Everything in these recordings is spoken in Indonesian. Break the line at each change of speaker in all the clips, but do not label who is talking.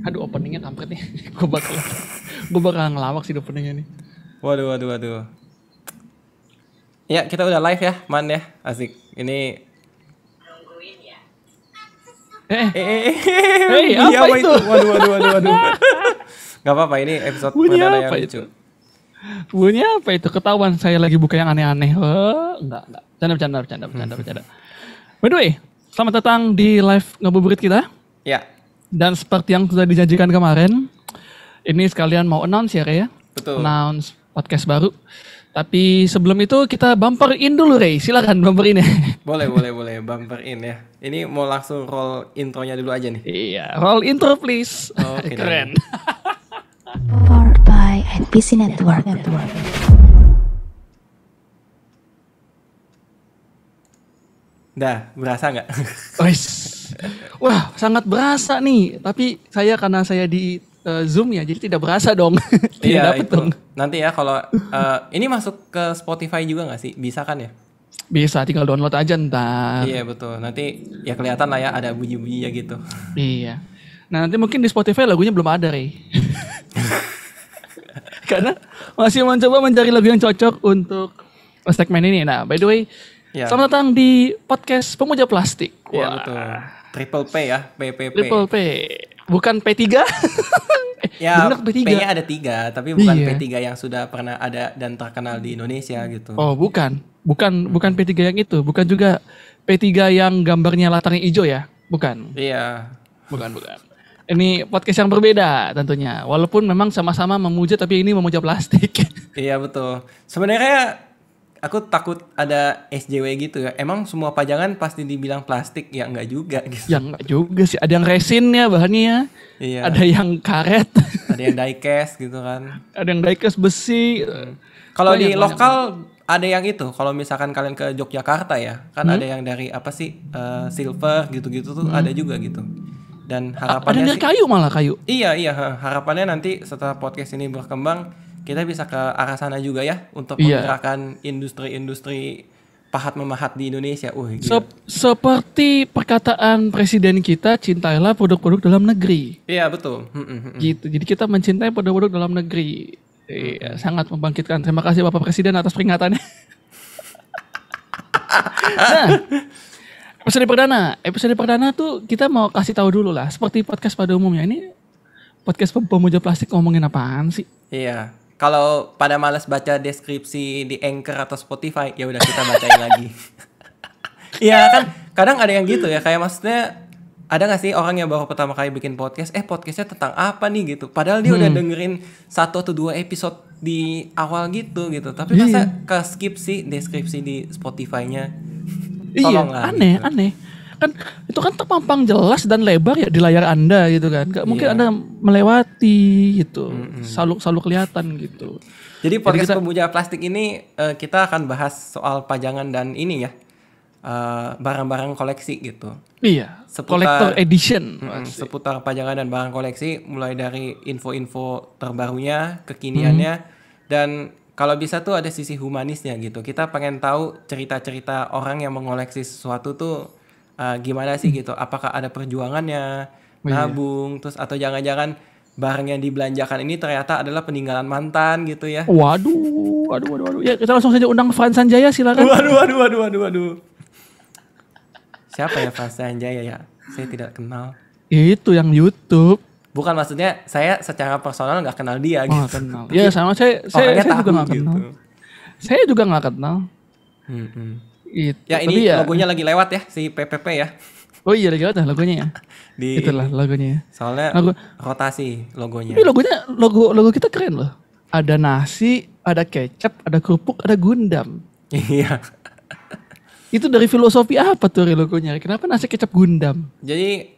Aduh, openingnya kampret nih. gue bakal ngelawak sih openingnya nih.
Waduh. Ya, kita udah live ya, Man ya. Asik. Ini
Hey,
bunyi
apa itu?
Waduh. Gak apa-apa, ini episode
Bunyi
perdana
apa
yang
itu?
lucu.
Bunyi apa itu? Ketahuan saya lagi buka yang aneh-aneh. Enggak. Bercanda. By the way, selamat datang di live ngabuburit kita.
Ya,
Dan seperti yang sudah dijanjikan kemarin, ini sekalian mau announce ya, Ray, ya?
betul.
Announce podcast baru. Tapi sebelum itu kita bumper in dulu, Ray. Silakan bumper in ya.
Boleh. Bumper in ya. Ini mau langsung roll intronya dulu aja nih.
Iya, roll intro please.
Oke,
Keren.
Powered by NPC Network.
Dah, berasa nggak?
Wah, sangat berasa nih. Tapi karena saya di Zoom ya, jadi tidak berasa dong.
Iya,
Dapet
itu.
dong.
Nanti ya kalau ini masuk ke Spotify juga nggak sih? Bisa kan ya?
Bisa, tinggal download aja ntar.
Iya, betul. Nanti ya kelihatan lah ya ada bunyi-bunyinya gitu.
Iya. Nah, nanti mungkin di Spotify lagunya belum ada, Ray. Karena masih mencoba mencari lagu yang cocok untuk segmen ini. Nah, by the way,
Ya.
selamat datang di podcast Pemuja Plastik.
Iya, betul. Triple P ya, PPP.
Triple P. Bukan P3.
Ya,
bener P3.
P-nya ada 3, tapi bukan
Iya.
P3 yang sudah pernah ada dan terkenal di Indonesia gitu.
Oh, bukan P3 yang itu. Bukan juga P3 yang gambarnya latarnya hijau ya. Bukan.
Iya.
Bukan. Ini podcast yang berbeda tentunya. Walaupun memang sama-sama memuja, tapi ini memuja plastik.
Iya, betul. Sebenarnya aku takut ada SJW gitu ya. Emang semua pajangan pasti dibilang plastik? Ya enggak juga gitu.
Ya enggak juga sih. Ada yang resinnya bahannya.
Iya.
Ada yang karet.
Ada yang diecast gitu kan.
Ada yang diecast besi.
Kalau di
Banyak.
lokal ada yang itu. Kalau misalkan kalian ke Yogyakarta ya, kan ada yang dari apa sih silver gitu-gitu tuh ada juga gitu. Dan
Ada
harapannya
yang
sih,
dari kayu malah kayu.
iya harapannya nanti setelah podcast ini berkembang kita bisa ke arah sana juga ya untuk
Iya.
menggerakkan industri-industri pahat memahat di Indonesia. Gila.
Seperti perkataan presiden kita, cintailah produk-produk dalam negeri.
Iya betul.
Gitu. Jadi kita mencintai produk-produk dalam negeri. Iya, sangat membangkitkan. Terima kasih Bapak Presiden atas peringatannya. Nah, episode perdana tuh kita mau kasih tahu dulu lah. Seperti podcast pada umumnya, ini podcast Pemuja Plastik ngomongin apaan sih?
Iya. Kalau pada malas baca deskripsi di Anchor atau Spotify, ya udah kita bacain lagi. Iya kan, kadang ada yang gitu ya, kayak maksudnya ada gak sih orang yang baru pertama kali bikin podcast, podcastnya tentang apa nih gitu. Padahal dia udah dengerin 1 atau 2 episode di awal gitu. Tapi masa ke skip sih deskripsi di Spotify-nya.
Iya,
Tolonglah,
aneh. Kan itu kan terpampang jelas dan lebar ya di layar Anda gitu kan. Gak mungkin
Iya.
Anda melewati gitu. Selalu kelihatan gitu.
Jadi podcast
kita-
Pemuja Plastik ini kita akan bahas soal pajangan dan ini ya, barang-barang koleksi gitu.
Iya,
Seputar-
collector edition.
Seputar pajangan dan barang koleksi, mulai dari info-info terbarunya, kekiniannya, dan kalau bisa tuh ada sisi humanisnya gitu. Kita pengen tahu cerita-cerita orang yang mengoleksi sesuatu tuh gimana sih gitu. Apakah ada perjuangannya, nabung, terus atau jangan-jangan barang yang dibelanjakan ini ternyata adalah peninggalan mantan gitu ya.
Waduh. Ya kita langsung saja undang Frans Sanjaya silakan.
Waduh. Siapa ya Frans Sanjaya ya? Saya tidak kenal.
Itu yang YouTube.
Bukan, maksudnya saya secara personal nggak kenal dia
Oh,
gitu.
kenal. Ya sama saya
Orangnya
juga
tahu
nggak kenal. Saya juga nggak kenal. Itu.
Ya
Tapi
ini logonya lagi lewat ya, si PPP ya.
Oh iya lagi ada logonya ya.
Di
Itulah logonya.
soalnya
Logo.
rotasi logonya.
Tapi logo kita keren loh. Ada nasi, ada kecap, ada kerupuk, ada Gundam.
Iya.
Itu dari filosofi apa tuh logonya? Kenapa nasi kecap Gundam?
Jadi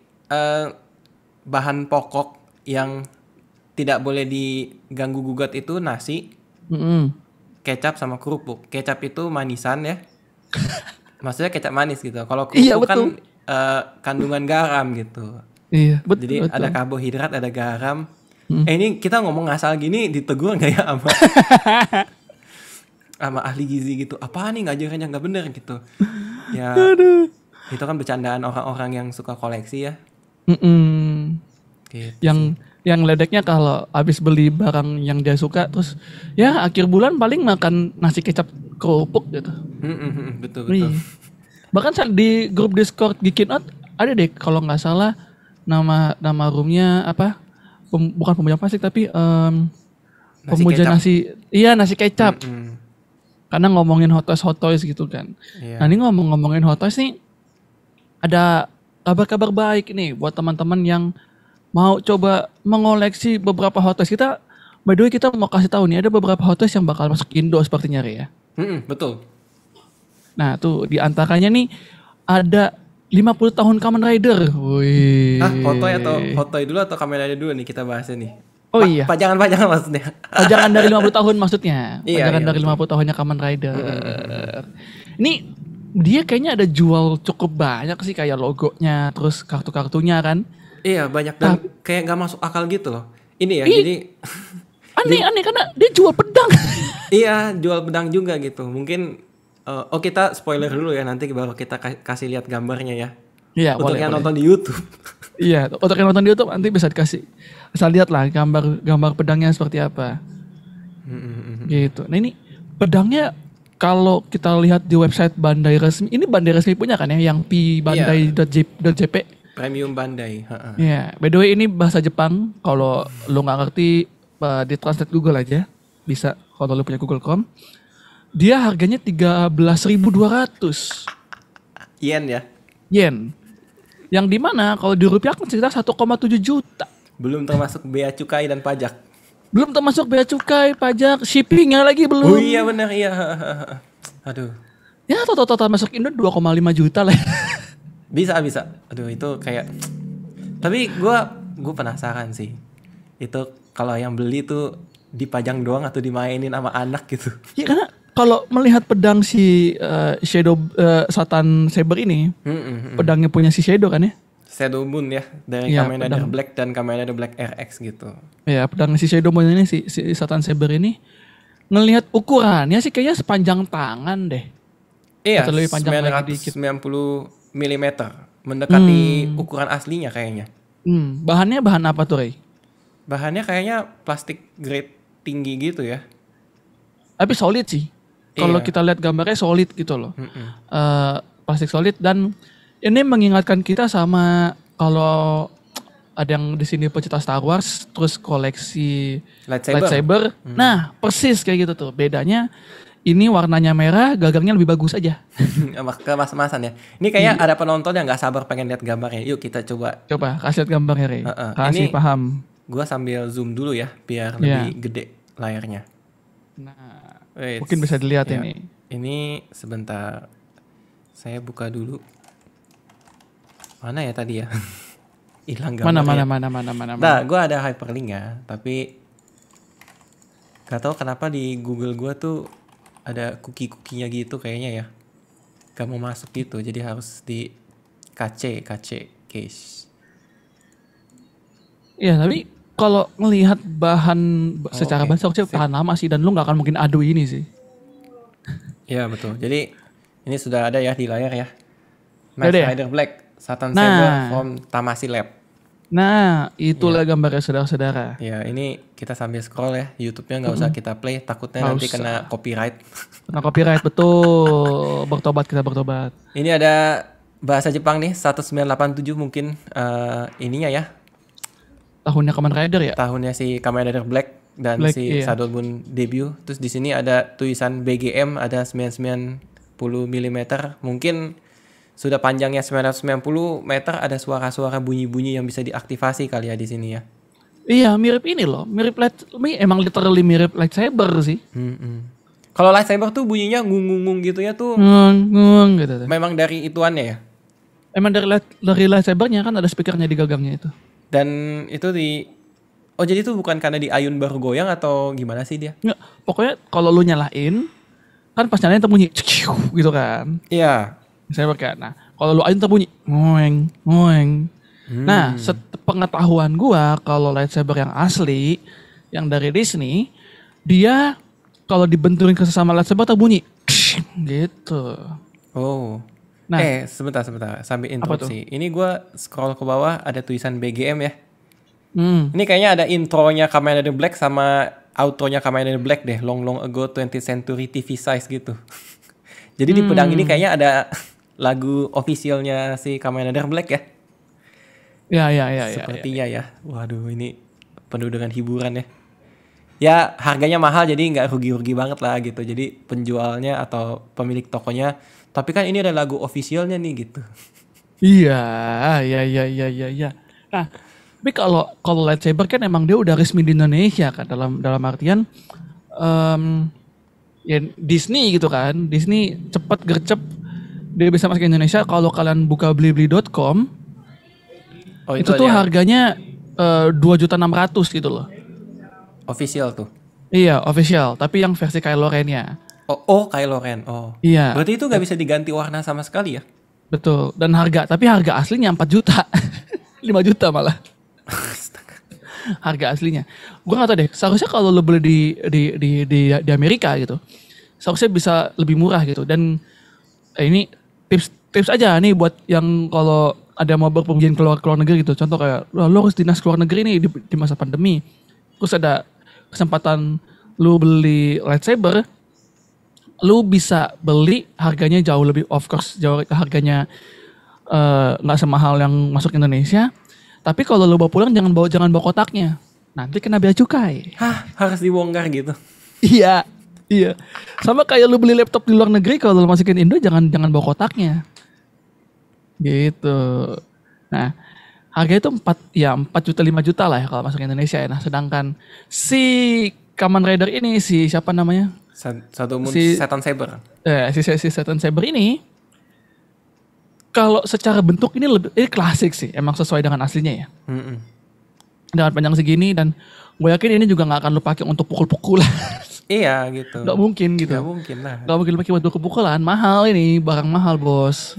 bahan pokok yang tidak boleh diganggu gugat itu nasi, kecap sama kerupuk. Kecap itu manisan ya. Maksudnya kecap manis gitu. Kalau kerupuk
Iya,
kan
betul.
kandungan garam gitu.
Iya, betul.
Jadi
betul.
ada karbohidrat, ada garam. Ini kita ngomong ngasal gini ditegur nggak ya sama ahli gizi gitu? Apa nih ngajarannya nggak bener gitu? Ya, itu kan bercandaan orang-orang yang suka koleksi ya. Gitu.
Yang ledeknya kalau habis beli barang yang dia suka terus ya akhir bulan paling makan nasi kecap kerupuk gitu.
Betul.
Iya. Bahkan di grup Discord Geekin Out ada deh kalau nggak salah nama roomnya apa? Bukan pemuja plastik tapi pemuja
kecap.
nasi kecap. Karena ngomongin hot toys gitu kan.
Iya.
Nah ini ngomongin hot toys nih ada kabar-kabar baik nih buat teman-teman yang mau coba mengoleksi beberapa hot toys. By the way kita mau kasih tahu nih ada beberapa hot toys yang bakal masuk Indo sepertinya Re ya.
Betul.
Nah tuh di antaranya nih ada 50 tahun Kamen Rider. Wih.
Hot toy dulu atau Kamen Rider dulu nih kita bahasnya nih.
Oh iya.
Pajangan maksudnya.
Pajangan dari 50 tahun maksudnya.
Iya,
Pajangan dari
betul.
50 tahunnya Kamen Rider. Ini dia kayaknya ada jual cukup banyak sih kayak logonya, terus kartu-kartunya kan.
Iya banyak dan kayak gak masuk akal gitu loh. Ini ya jadi
Aneh karena dia jual pedang.
iya jual pedang juga gitu. Mungkin kita spoiler dulu ya nanti baru kita kasih lihat gambarnya ya.
Iya,
Untuk
boleh.
yang nonton di YouTube.
Iya, untuk yang nonton di YouTube nanti bisa lihat lah gambar pedangnya seperti apa. Gitu. Nah ini pedangnya kalau kita lihat di website Bandai resmi, ini Bandai resmi punya kan ya, yang pbandai.jp.
Premium Bandai.
Iya, by the way ini bahasa Jepang. Kalau lu nggak ngerti, di translate Google aja. Bisa kalau lu punya Google Chrome. Dia harganya 13.200
Yen ya.
yen. Yang dimana kalau dirupiahkan sekitar 1,7 juta.
Belum termasuk bea cukai dan pajak.
Belum termasuk bea cukai, pajak, shippingnya lagi belum.
Oh iya benar iya. Aduh.
Ya total masuk Indo 2,5 juta lah.
Bisa. Aduh itu kayak. Tapi gue penasaran sih. Itu kalau yang beli tuh dipajang doang atau dimainin sama anak gitu.
Iya karena kalau melihat pedang si Shadow Satan Saber ini, pedangnya punya si Shadow kan ya?
Shadow Moon ya dari
Iya,
Kamen Rider Black dan Kamen Rider Black RX gitu.
Ya pedang si Shadow Moon ini si Satan Saber ini ngelihat ukurannya sih kayaknya sepanjang tangan deh.
Iya,
Atau lebih panjang lagi
990 mm mendekati ukuran aslinya kayaknya.
Bahannya bahan apa tuh Ray?
Bahannya kayaknya plastik grade tinggi gitu ya.
Tapi solid sih. Kalau
Iya.
kita lihat gambarnya solid gitu loh. Plastik solid dan ini mengingatkan kita sama kalau ada yang di sini pecinta Star Wars terus koleksi lightsaber. Nah, persis kayak gitu tuh. Bedanya ini warnanya merah, gagangnya lebih bagus aja.
Kemas-kemasan ya. Ini kayaknya ada penonton yang nggak sabar pengen lihat gambarnya. Yuk kita coba.
Coba kasih lihat gambarnya Ray. Kasih
Ini-
paham.
Gua sambil zoom dulu ya biar
Iya.
lebih gede layarnya.
Nah,
Wait.
mungkin bisa dilihat
Ya.
ini.
Ini sebentar. Saya buka dulu. Mana ya tadi ya? Hilang gambarnya.
Mana.
Nah, gue ada hyperlink ya, tapi gak tahu kenapa di Google gue tuh ada cookie-cookinya gitu kayaknya ya. Gak mau masuk gitu, jadi harus di KC case.
Iya, tapi kalau ngelihat bahan secara
oke.
basah tahan lama sih dan lu nggak akan mungkin adu ini sih.
Iya betul. Jadi ini sudah ada ya di layar ya.
Udah
Knight
deh.
Rider Black, Satan
Nah.
Saber from Tamashii Lab.
Nah, itulah gambarnya saudara-saudara.
Ya ini kita sambil scroll ya, YouTube-nya nggak usah kita play, takutnya
Nggak
nanti
usah.
kena copyright.
Nah, copyright betul. Kita bertobat.
Ini ada bahasa Jepang nih, 1987 mungkin ininya ya,
Tahunnya Kamen Rider ya?
tahunnya si Kamen Rider Black dan
Black,
si
iya.
Shadow Moon debut. Terus di sini ada tulisan BGM, ada 990 mm. Mungkin sudah panjangnya 990 meter, ada suara-suara bunyi-bunyi yang bisa diaktifasi kali ya di sini ya.
Iya, mirip ini loh. Emang literally mirip lightsaber sih.
Kalau lightsaber tuh bunyinya ngung-ngung gitu ya tuh
Ngung gitu tuh.
memang dari ituannya ya.
Emang dari lightsabernya kan ada speakernya di gagangnya itu.
Dan itu jadi itu bukan karena di ayun baru goyang atau gimana sih dia?
Nggak, pokoknya kalau lu nyalain kan pas nyalain terbunyi gitu kan.
Iya.
Saya kan. Nah, kalau lu ayun terbunyi ngoeng. Nah, pengetahuan gua kalau lightsaber yang asli yang dari Disney, dia kalau dibenturin ke sesama lightsaber terbunyi gitu.
Oh.
Nah.
Sebentar sambil interupsi. Ini gua scroll ke bawah ada tulisan BGM ya. Ini kayaknya ada intronya Kamen Rider Black sama outronya Kamen Rider Black deh. Long long ago 20th century TV size gitu. Jadi di pedang ini kayaknya ada lagu officialnya si Kamen Rider Black ya.
Ya.
Sepertinya ya. Waduh, ini penuh dengan hiburan ya. Ya harganya mahal jadi nggak rugi-rugi banget lah gitu. Jadi penjualnya atau pemilik tokonya. Tapi kan ini ada lagu officialnya nih gitu.
Iya. Nah, tapi kalau lightsaber kan emang dia udah resmi di Indonesia kan dalam artian ya Disney gitu kan. Disney cepet gercep dia bisa masuk ke Indonesia. Kalau kalian buka blibli.com itu tuh harganya 2.600.000 gitu loh.
Official tuh.
Iya, official, tapi yang versi Kylo Ren-nya.
Oh, Kylo Ren. Oh.
Iya.
Berarti itu nggak bisa diganti warna sama sekali ya?
Betul. Dan tapi harga aslinya 4 juta. 5 juta malah. Harga aslinya. Gue gak tau deh. Seharusnya kalau lo beli di Amerika gitu, seharusnya bisa lebih murah gitu. Dan ini tips aja nih buat yang kalau ada mau berpergian ke luar negeri gitu. Contoh kayak lo harus dinas ke luar negeri nih di masa pandemi. Terus ada kesempatan lo beli lightsaber, lo bisa beli harganya jauh lebih, of course jauh harganya nggak semahal yang masuk Indonesia. Tapi kalau lo bawa pulang jangan bawa kotaknya. Nanti kena bea cukai.
Hah, harus dibongkar gitu.
Iya. Sama kayak lo beli laptop di luar negeri, kalau lo masukin Indo jangan bawa kotaknya. Gitu. Nah, harga itu 4 juta 5 juta lah ya kalau masuk Indonesia ya. Nah, sedangkan si Kamen Rider ini si siapa namanya?
Setan Saber.
Si Setan Saber ini kalau secara bentuk ini klasik sih, emang sesuai dengan aslinya ya. Dengan panjang segini dan gue yakin ini juga nggak akan lo pakai untuk pukul-pukulan.
Iya gitu.
Gak mungkin gitu.
Gak mungkin lah.
Gak mungkin pakai buat pukul-pukulan, mahal ini, barang mahal bos.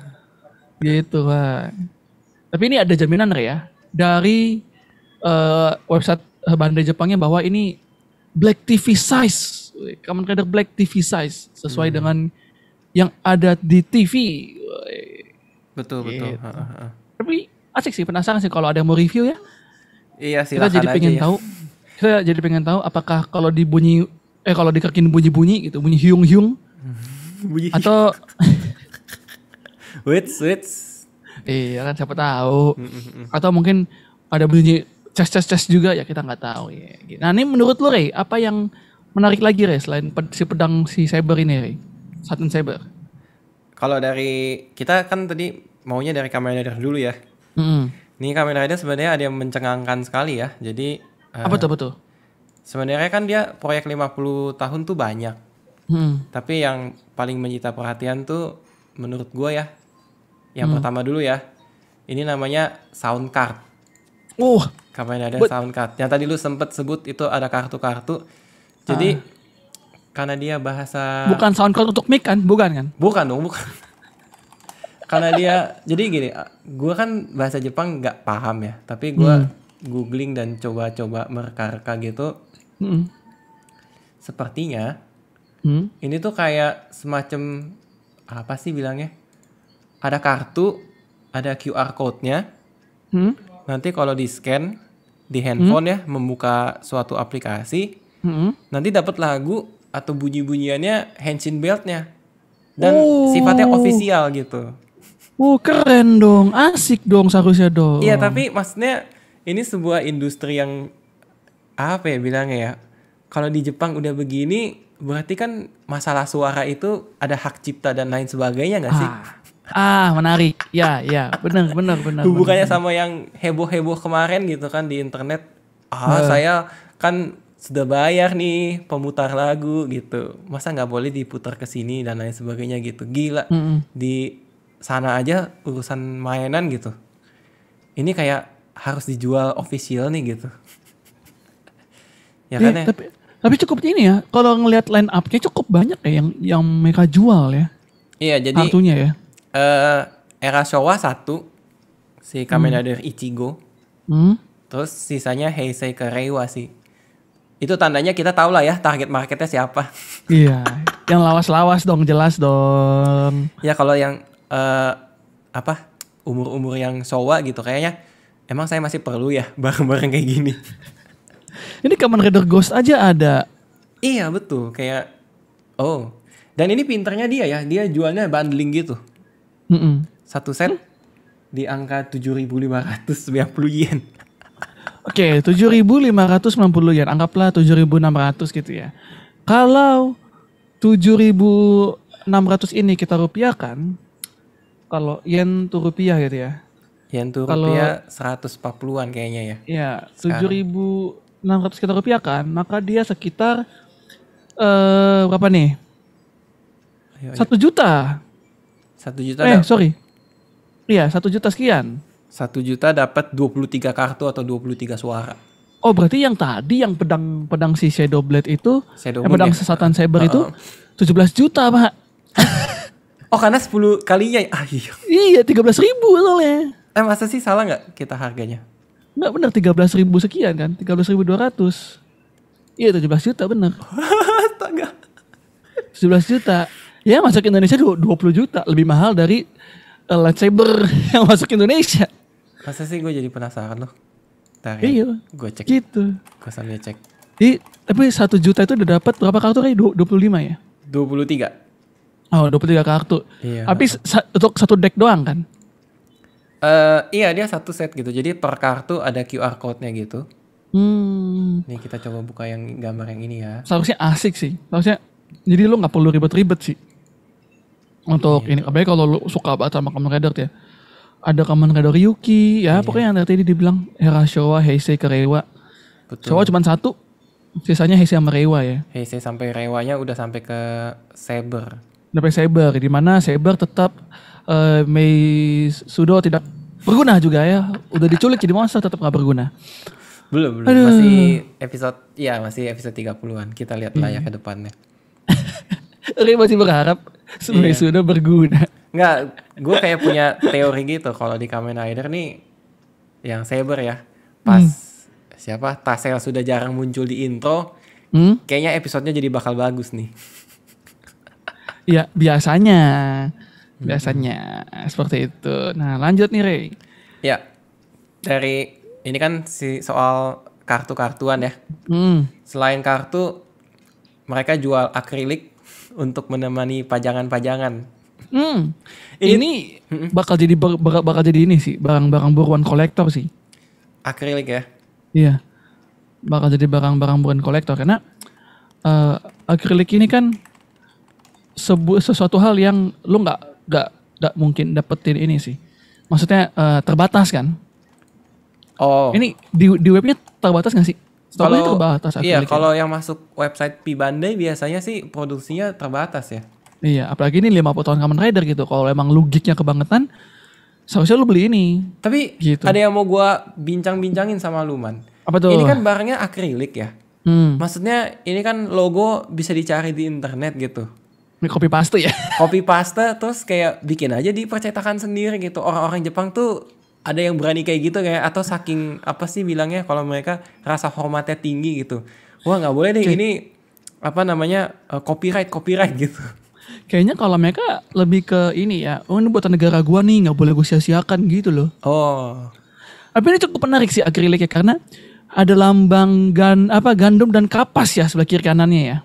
Gitu Pak. Tapi ini ada jaminan ya dari website Bandai Jepangnya bahwa ini Black TV size, Kamen Rider Black TV size sesuai dengan yang ada di TV.
Betul.
Gitu. Tapi asik sih, penasaran sih kalau ada yang mau review ya.
Iya silakan
kita jadi
aja
pengen
ya.
tahu. Saya jadi pengen tahu apakah kalau kalau dikekin bunyi-bunyi gitu, bunyi hyung-hyung atau
wits.
Iya kan siapa tahu. Atau mungkin ada bunyi ces juga ya, kita nggak tahu ya. Nah, ini menurut lo Ray, apa yang menarik lagi Ray selain si pedang si Saber ini Ray? Satin Saber.
Kalau dari kita kan tadi maunya dari Kamen Rider dulu ya. Ini Kamen Rider sebenarnya ada yang mencengangkan sekali ya. Jadi
apa tuh betul?
Sebenarnya kan dia proyek 50 tahun tuh banyak. Tapi yang paling menyita perhatian tuh menurut gue ya, yang pertama dulu ya, ini namanya sound card. Kamen Rider sound card. Yang tadi lu sempet sebut itu ada kartu-kartu. Jadi karena dia bahasa...
Bukan sound card untuk mic kan? Bukan kan?
Bukan. Karena dia, jadi gini, gue kan bahasa Jepang gak paham ya. Tapi gue googling dan coba-coba mereka gitu. Sepertinya ini tuh kayak semacam, apa sih bilangnya? Ada kartu, ada QR code-nya. Nanti kalau di-scan di handphone ya, membuka suatu aplikasi. Nanti dapat lagu atau bunyi-bunyiannya Henshin Belt-nya. Dan sifatnya official gitu.
Keren dong. Asik dong seharusnya dong.
Iya, tapi maksudnya ini sebuah industri yang apa ya bilangnya ya. Kalau di Jepang udah begini, berarti kan masalah suara itu ada hak cipta dan lain sebagainya gak sih?
Menarik. Ya, benar.
Hubungannya sama yang heboh-heboh kemarin gitu kan di internet. Saya kan sudah bayar nih pemutar lagu gitu. Masa nggak boleh diputar ke sini dan lain sebagainya gitu. Gila. Di sana aja urusan mainan gitu. Ini kayak harus dijual official nih gitu. Ya kan ya?
Tapi cukup ini ya. Kalau ngelihat line up-nya cukup banyak ya yang mereka jual ya.
Iya, jadi
kartunya ya.
Era Showa 1 si Kamen Rider Ichigo. Terus sisanya Heisei ke Reiwa sih. Itu tandanya kita tahu lah ya target marketnya siapa.
Iya, yang lawas-lawas dong, jelas dong.
Ya kalau yang umur-umur yang Showa gitu kayaknya emang saya masih perlu ya barang-barang kayak gini.
Ini Kamen Rider Ghost aja ada.
Iya betul, kayak dan ini pinternya dia ya, dia jualnya bundling gitu. Satu set di angka 7.590 yen.
Oke, 7.590 yen, anggaplah 7.600 gitu ya. Kalau 7.600 ini kita rupiahkan, kalau yen tuh rupiah gitu ya.
Yen tuh rupiah 140-an kayaknya ya.
Ya, 7.600 kita rupiahkan, maka dia sekitar berapa nih? 1 juta.
1 juta.
Sorry. Iya, 1 juta sekian.
1 juta dapat 23 kartu atau 23 suara.
Oh, berarti yang tadi yang pedang si Shadow Blade itu, pedang
ya?
sesatan Saber itu 17 juta, Pak.
Oh, karena 10 kalinya.
Iya, 13.000 soalnya.
Masa sih salah nggak kita harganya?
Nggak benar, 13.000 sekian kan, 13.200. Iya, 17 juta bener.
Astaga.
17 juta. Ya, masuk Indonesia 20 juta, lebih mahal dari lightsaber yang masuk Indonesia.
Masa sih, gue jadi penasaran loh.
Iya,
gue cek.
Gitu.
Gue sambil cek.
Tapi 1 juta itu udah dapat berapa kartu kayak 25 ya?
23.
Oh, 23 kartu.
Iya.
Tapi untuk satu deck doang kan?
Iya, dia satu set gitu. Jadi per kartu ada QR code-nya gitu. Nih kita coba buka yang gambar yang ini ya.
Seharusnya asik sih. Seharusnya jadi lu nggak perlu ribet-ribet sih. Untuk ini, apalagi kalau lu suka banget sama Kamen Rider ya. Ada Kamen Rider Ryuki, ya pokoknya yang tadi dibilang era Showa, Heisei ke Reiwa.
Betul.
Showa cuma 1, sisanya Heisei sama Reiwa ya.
Heisei sampai Reiwanya udah sampai ke Saber.
Sampai Saber, di mana Saber tetap Mei Sudo tidak berguna juga ya. Udah diculik jadi monster tetap nggak berguna.
Belum. Masih episode 30-an. Kita lihat lah ya ke depannya.
Oke, masih berharap Mei Sudo berguna.
Enggak, gue kayak punya teori gitu kalau di Kamen Rider nih yang Saber ya. Pas siapa? Tassel sudah jarang muncul di intro. Kayaknya episodenya jadi bakal bagus nih.
Iya, biasanya seperti itu. Nah, lanjut nih Rey.
Ya. Dari ini kan soal kartu-kartuan ya. Selain kartu, mereka jual akrilik untuk menemani pajangan-pajangan.
Ini bakal jadi ini sih, barang-barang buruan kolektor sih.
Akrilik ya?
Iya. Bakal jadi barang-barang buruan kolektor karena akrilik ini kan sesuatu hal yang lu nggak mungkin dapetin ini sih. Maksudnya terbatas kan?
Oh.
Ini di webnya terbatas nggak sih? Kalau terbatas akrilik.
Iya, kalau yang masuk website P Bandai biasanya sih produksinya terbatas ya.
Iya, apalagi ini 50 tahun Kamen Rider gitu. Kalau emang lu geeknya kebangetan, seharusnya lu beli ini.
Tapi gitu. Ada yang mau gua bincang-bincangin sama lu, Man.
Apa tuh?
Ini kan barangnya akrilik ya. Maksudnya ini kan logo bisa dicari di internet gitu.
Ini copy paste ya?
Copy paste terus kayak bikin aja di percetakan sendiri gitu. Orang-orang Jepang tuh ada yang berani kayak gitu kayak, atau saking apa sih bilangnya kalau mereka rasa hormatnya tinggi gitu. Wah, nggak boleh deh ini apa namanya copyright gitu.
Kayaknya kalau mereka lebih ke ini ya, oh ini buatan negara gua nih, nggak boleh gue sia-siakan gitu loh.
Oh.
Tapi ini cukup menarik sih akriliknya karena ada lambang gandum dan kapas ya sebelah kiri kanannya ya.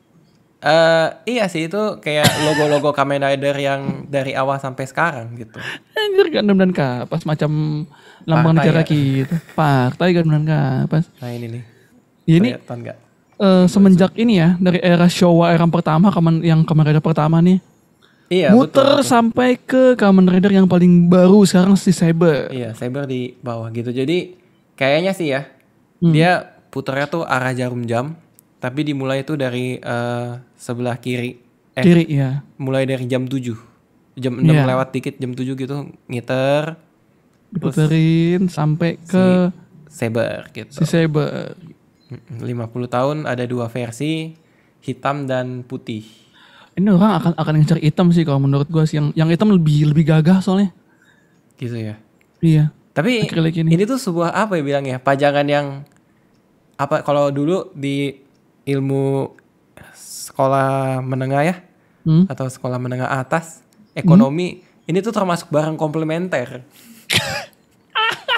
Iya sih, itu kayak logo-logo Kamen Rider yang dari awal sampai sekarang gitu.
Anjir, gandum dan kapas macam lambang negara gitu. Partai gandum dan kapas.
Nah ini nih.
Ini
kelihatan nggak?
Semenjak ini ya, dari era Showa era pertama, Kamen Rider pertama nih.
Iya,
muter betul. Sampai ke Kamen Rider yang paling baru sekarang si Saber.
Iya, Saber di bawah gitu. Jadi kayaknya sih ya, dia puternya tuh arah jarum jam, tapi dimulai tuh dari sebelah kiri.
Kiri ya.
Mulai dari jam 7. Jam 6 lewat dikit, jam 7 gitu ngiter.
Diputerin sampai ke
Saber gitu.
Si Saber.
50 tahun ada 2 versi, hitam dan putih.
Ini orang akan ngincar hitam sih kalau menurut gue sih, yang hitam lebih gagah soalnya.
Gitu ya.
Iya.
Tapi ini tuh sebuah apa ya bilangnya? Pajangan yang apa kalau dulu di ilmu sekolah menengah ya, atau sekolah menengah atas, ekonomi, ini tuh termasuk barang komplementer.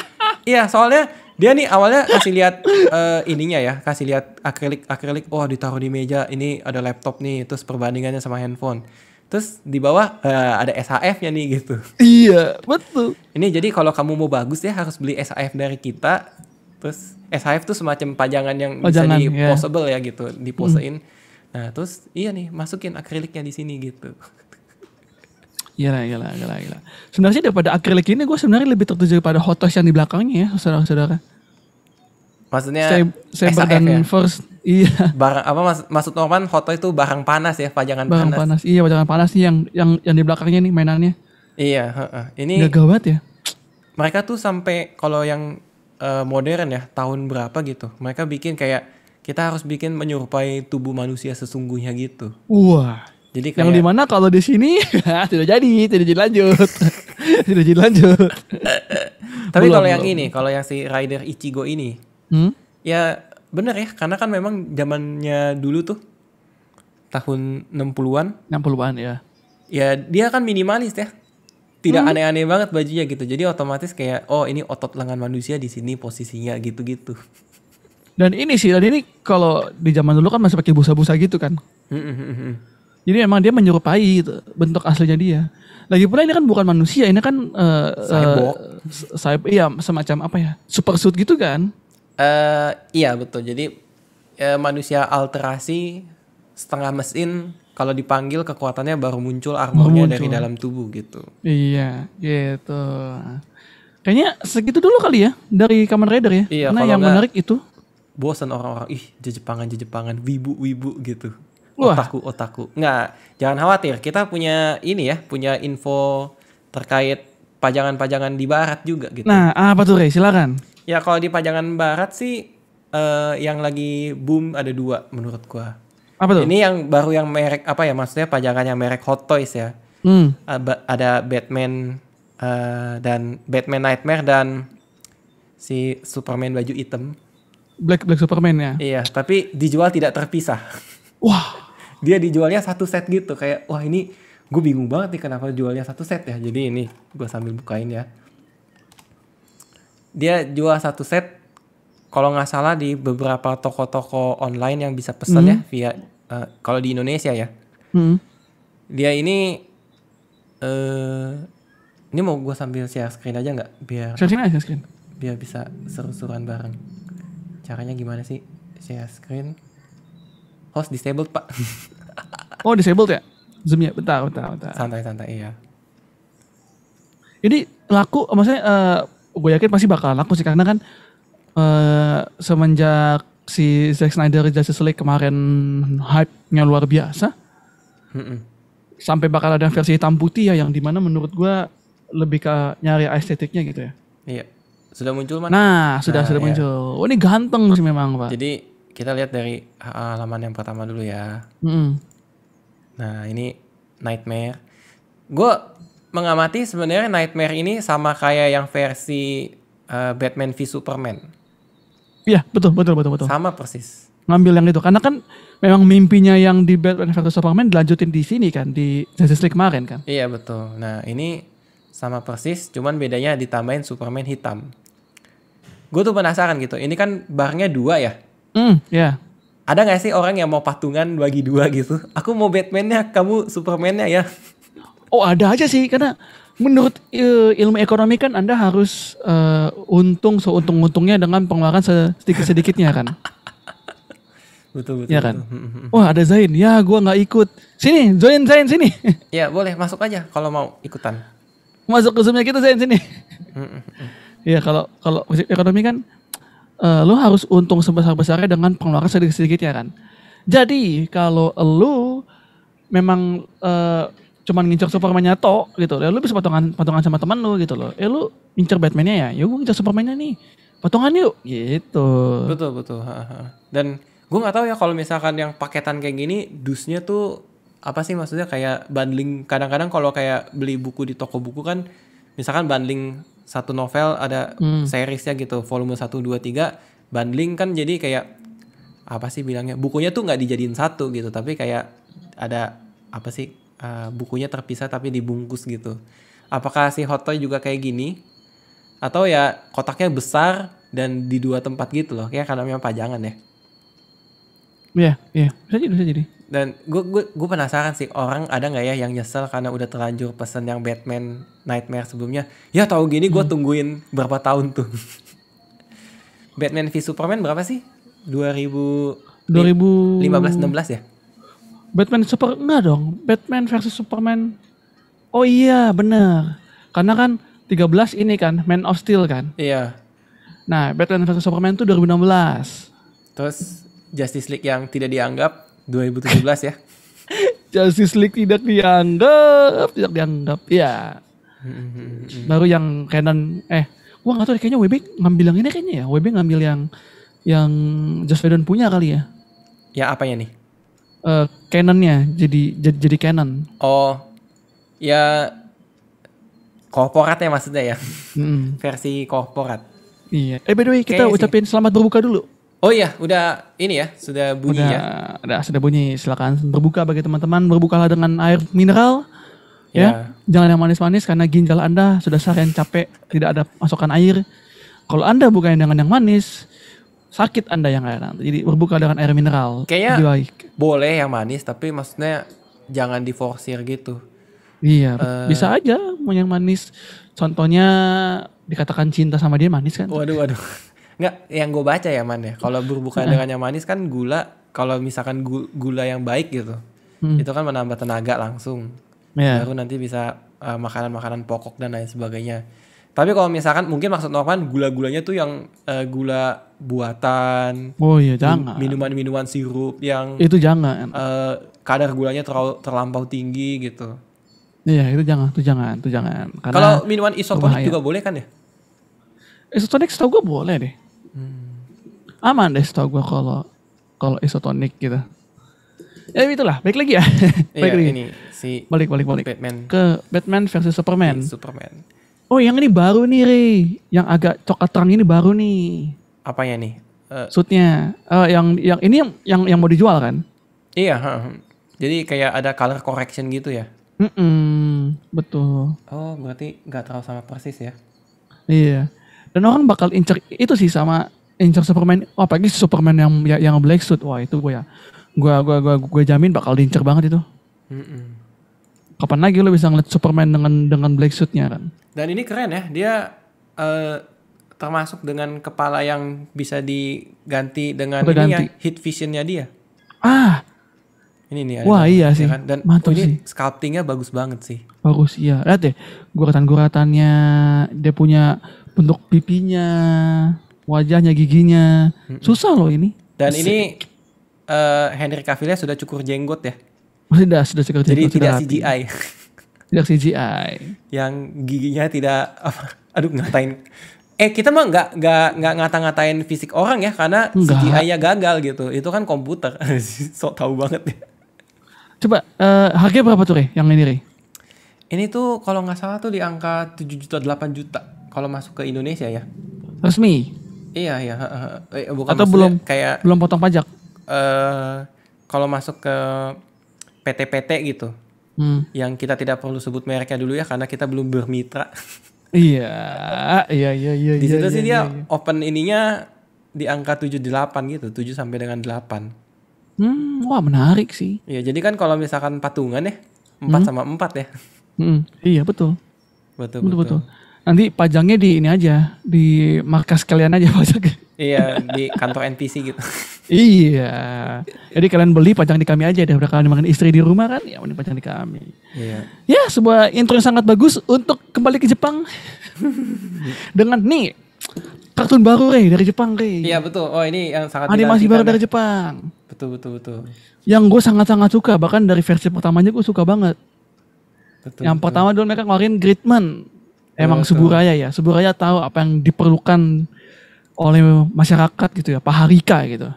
Iya, soalnya dia nih awalnya kasih lihat ininya ya, kasih lihat akrilik. Oh, ditaruh di meja. Ini ada laptop nih, terus perbandingannya sama handphone. Terus di bawah ada SHF-nya nih gitu.
Iya, betul.
Ini jadi kalau kamu mau bagus ya harus beli SHF dari kita. Terus SHF tuh semacam pajangan yang bisa di-poseable ya gitu, diposein. Nah, terus iya nih, masukin akriliknya di sini gitu.
Gila. Sebenarnya sih daripada akrilik ini gue sebenarnya lebih tertuju pada hot toys yang di belakangnya ya, saudara-saudara.
Maksudnya
Saber dan ya? First, iya.
Barang apa maksud Norman hot toy itu barang panas ya, pajangan
barang panas. Iya, pajangan panas nih yang di belakangnya nih mainannya.
Iya, ini
gagah banget ya.
Mereka tuh sampai kalau yang modern ya, tahun berapa gitu. Mereka bikin kayak kita harus bikin menyerupai tubuh manusia sesungguhnya gitu.
Wah.
Jadi kayak
yang dimana kalau di sini tidak jadi lanjut. Tidak jadi lanjut.
Tapi kalau yang ini, kalau yang si Rider Ichigo ini, ya bener ya, karena kan memang zamannya dulu tuh tahun 60-an.
60-an ya.
Ya dia kan minimalis ya. Tidak aneh-aneh banget bajunya gitu. Jadi otomatis kayak ini otot lengan manusia di sini posisinya gitu-gitu.
Dan ini kalau di zaman dulu kan masih pakai busa-busa gitu kan. Jadi emang dia menyerupai gitu, bentuk aslinya dia. Lagi pula ini kan bukan manusia, ini kan iya semacam apa ya? Super suit gitu kan?
Iya betul. Jadi manusia alterasi setengah mesin. Kalau dipanggil kekuatannya baru muncul armornya dari dalam tubuh gitu.
Iya, gitu. Kayaknya segitu dulu kali ya dari Kamen Rider ya.
Iya,
karena yang menarik itu.
Bosan orang-orang, Jepangan, wibu gitu.
Wah.
Otaku. Nggak, jangan khawatir. Kita punya punya info terkait pajangan-pajangan di barat juga gitu.
Nah, apa tuh Rey? Silakan.
Ya kalau di pajangan barat sih yang lagi boom ada 2 menurut gua.
Apa tuh?
Ini yang baru yang merek apa ya, maksudnya pajangan yang merek Hot Toys ya. Ada Batman dan Batman Nightmare dan si Superman baju hitam.
Black Superman ya.
Iya, tapi dijual tidak terpisah.
Wah,
dia dijualnya satu set gitu, kayak wah ini gue bingung banget nih kenapa jualnya satu set ya. Jadi ini gue sambil bukain ya. Dia jual satu set. Kalau nggak salah di beberapa toko-toko online yang bisa pesan ya via kalau di Indonesia ya. Dia ini mau gue sambil share screen aja nggak biar
share screen
biar bisa seru-seruan bareng. Caranya gimana sih share screen? Host disabled pak.
Oh disabled ya? Zoom ya, bentar.
Santai iya.
Ini laku, maksudnya gue yakin pasti bakal laku sih karena kan semenjak si Zack Snyder Justice League kemarin hype-nya luar biasa. Sampai bakal ada versi hitam putih ya yang dimana menurut gue lebih ke nyari estetiknya gitu ya.
Iya. Sudah muncul man?
Nah, sudah muncul. Oh, ini ganteng sih memang, Pak.
Jadi kita lihat dari halaman yang pertama dulu ya. Nah, ini Nightmare. Gue mengamati sebenarnya Nightmare ini sama kayak yang versi Batman v Superman.
Iya, betul.
Sama persis.
Ngambil yang itu. Karena kan memang mimpinya yang di Batman v Superman dilanjutin di sini kan, di Justice League kemarin kan.
Iya, betul. Nah, ini sama persis, cuman bedanya ditambahin Superman hitam. Gue tuh penasaran gitu. Ini kan barnya 2 ya?
Iya.
Ada gak sih orang yang mau patungan bagi 2 gitu? Aku mau Batman-nya, kamu Superman-nya ya.
Oh ada aja sih, karena menurut ilmu ekonomi kan Anda harus untung seuntung-untungnya dengan pengeluaran sedikit-sedikitnya kan.
Betul.
Ya kan? Wah ada Zain, ya gue gak ikut. Sini, join Zain sini.
Ya boleh, masuk aja kalau mau ikutan.
Masuk ke Zoom-nya kita Zain sini. Ya kalau ekonomi kan lu harus untung sebesar-besarnya dengan pengeluaran sedikit-sedikitnya kan. Jadi kalau lu memang cuman ngincer Superman-nya tok gitu, ya lu bisa patungan sama teman lu gitu loh. Lu ngincer Batman-nya ya gue ngincer Superman-nya nih. Patungan yuk gitu.
Betul. Dan gue nggak tahu ya kalau misalkan yang paketan kayak gini dusnya tuh apa sih, maksudnya kayak bundling. Kadang-kadang kalau kayak beli buku di toko buku kan misalkan bundling satu novel ada seriesnya gitu, volume 1, 2, 3 bundling kan, jadi kayak apa sih bilangnya, bukunya tuh nggak dijadiin satu gitu, tapi kayak ada apa sih bukunya terpisah tapi dibungkus gitu. Apakah si Hot Toy juga kayak gini Atau ya kotaknya besar dan di 2 tempat gitu loh. Kayak karena memang pajangan ya.
Iya. Bisa jadi.
Dan gue penasaran sih, orang ada nggak ya yang nyesel karena udah terlanjur pesen yang Batman Nightmare sebelumnya. Ya tahu gini gue tungguin berapa tahun tuh. Batman v Superman berapa sih? 2015-16 ya?
Enggak dong. Batman versus Superman. Oh iya bener. Karena kan 13 ini kan Man of Steel kan.
Iya.
Nah Batman versus Superman itu 2016.
Terus Justice League yang tidak dianggap 2017 ya.
Justice League tidak dianggap ya. Baru yang canon gua nggak tahu deh, kayaknya WB ngambil yang ini kayaknya ya. WB ngambil yang Joss Whedon punya kali ya.
Ya apanya nih?
Canonnya jadi canon.
Oh. Ya korporat ya maksudnya ya. Versi korporat.
Iya. By the way kita
Kayaknya
ucapin selamat berbuka dulu.
Oh iya, udah ini ya, sudah bunyi ya.
Sudah bunyi. Silakan berbuka bagi teman-teman. Berbukalah dengan air mineral. Ya. Jangan yang manis-manis karena ginjal Anda sudah seharian capek, tidak ada masukan air. Kalau Anda bukan dengan yang manis, sakit Anda yang lain. Jadi berbuka dengan air mineral.
Kayaknya boleh yang manis, tapi maksudnya jangan diforsir gitu.
Iya, bisa aja mau yang manis. Contohnya dikatakan cinta sama dia manis kan?
Waduh. Nggak, yang gue baca ya Man ya. Kalau berbuka dengan yang manis kan gula. Kalau misalkan gula yang baik gitu, itu kan menambah tenaga langsung. Baru nanti bisa makanan-makanan pokok dan lain sebagainya. Tapi kalau misalkan mungkin maksud Norman gula-gulanya tuh yang gula buatan.
Oh iya jangan.
Minuman-minuman sirup yang
itu jangan.
Kadar gulanya terlampau tinggi gitu.
Iya itu jangan.
Kalau minuman isotonik juga boleh kan ya?
Isotonik setahu gue boleh deh. Aman deh setahu gue kalau isotonik gitu. Ya itulah, balik lagi ya. Balik.
Batman.
Ke Batman versus Superman.
Superman.
Oh yang ini baru nih Ray. Yang agak coklat terang ini baru nih.
Apanya nih?
Suitnya. Yang ini yang mau dijual kan?
Iya. Jadi kayak ada color correction gitu ya?
Betul.
Oh berarti gak terlalu sama persis ya?
Iya. Dan orang bakal incer itu sih sama incer Superman. Oh apalagi Superman yang black suit. Wah itu gue jamin bakal diincer banget itu. Kapan lagi lo bisa ngeliat Superman dengan black suitnya kan? Dan
ini keren ya. Dia termasuk dengan kepala yang bisa diganti dengan heat visionnya dia. Ini nih.
Wah iya sih.
Kan? Dan
mantap
ini
sih.
Sculptingnya bagus banget sih.
Bagus iya. Lihat deh. Guratan-guratannya. Dia punya bentuk pipinya. Wajahnya, giginya. Susah loh ini.
Dan ini Henry Cavillnya sudah cukur jenggot ya.
Sudah cukur jenggot.
Jadi tidak CGI.
Tidak CGI.
Yang giginya tidak ngatain. Kita mah nggak ngata-ngatain fisik orang ya karena CGI-nya gagal gitu. Itu kan komputer. Sok tahu banget ya.
Coba harganya berapa tuh Re yang ini Re?
Ini tuh kalau nggak salah tuh di angka 7 juta 8 juta kalau masuk ke Indonesia ya.
Resmi?
Iya. Bukan
atau belum potong pajak?
Kalau masuk ke PT-PT gitu. Yang kita tidak perlu sebut mereknya dulu ya karena kita belum bermitra.
Iya.
Di situ sih dia open ininya di angka 78 gitu, 7 sampai dengan 8.
Wah menarik sih.
Iya, jadi kan kalau misalkan patungan ya 4 sama 4 ya.
Iya betul.
Betul.
Nanti pajangnya di ini aja, di markas kalian aja pajaknya.
Iya, di kantor NPC gitu.
Iya. Jadi kalian beli pajang di kami aja deh. Udah kalian makan istri di rumah kan, ya mending pajang di kami.
Iya.
Ya, sebuah intro yang sangat bagus untuk kembali ke Jepang. Dengan nih kartun baru dari Jepang
Iya betul. Oh ini yang sangat
animasi baru dari Jepang.
Betul.
Yang gue sangat-sangat suka. Bahkan dari versi pertamanya gue suka banget. Betul. Pertama dulu mereka ngeluarin Gridman. Emang Suburaya ya. Suburaya tahu apa yang diperlukan oleh masyarakat gitu ya. Paharika gitu.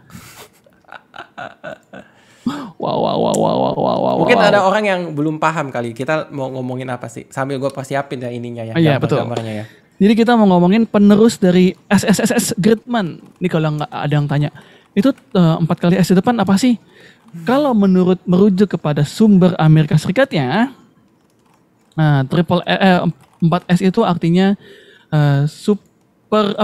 Wow.
Mungkin ada orang yang belum paham kali. Kita mau ngomongin apa sih? Sambil gue persiapin ya ininya ya.
Iya betul.
Gambarnya ya.
Jadi kita mau ngomongin penerus dari SSSS Gridman. Ini kalau nggak ada yang tanya. Itu 4 kali S di depan apa sih? Kalau merujuk kepada sumber Amerika Serikatnya. Nah, 4S itu artinya super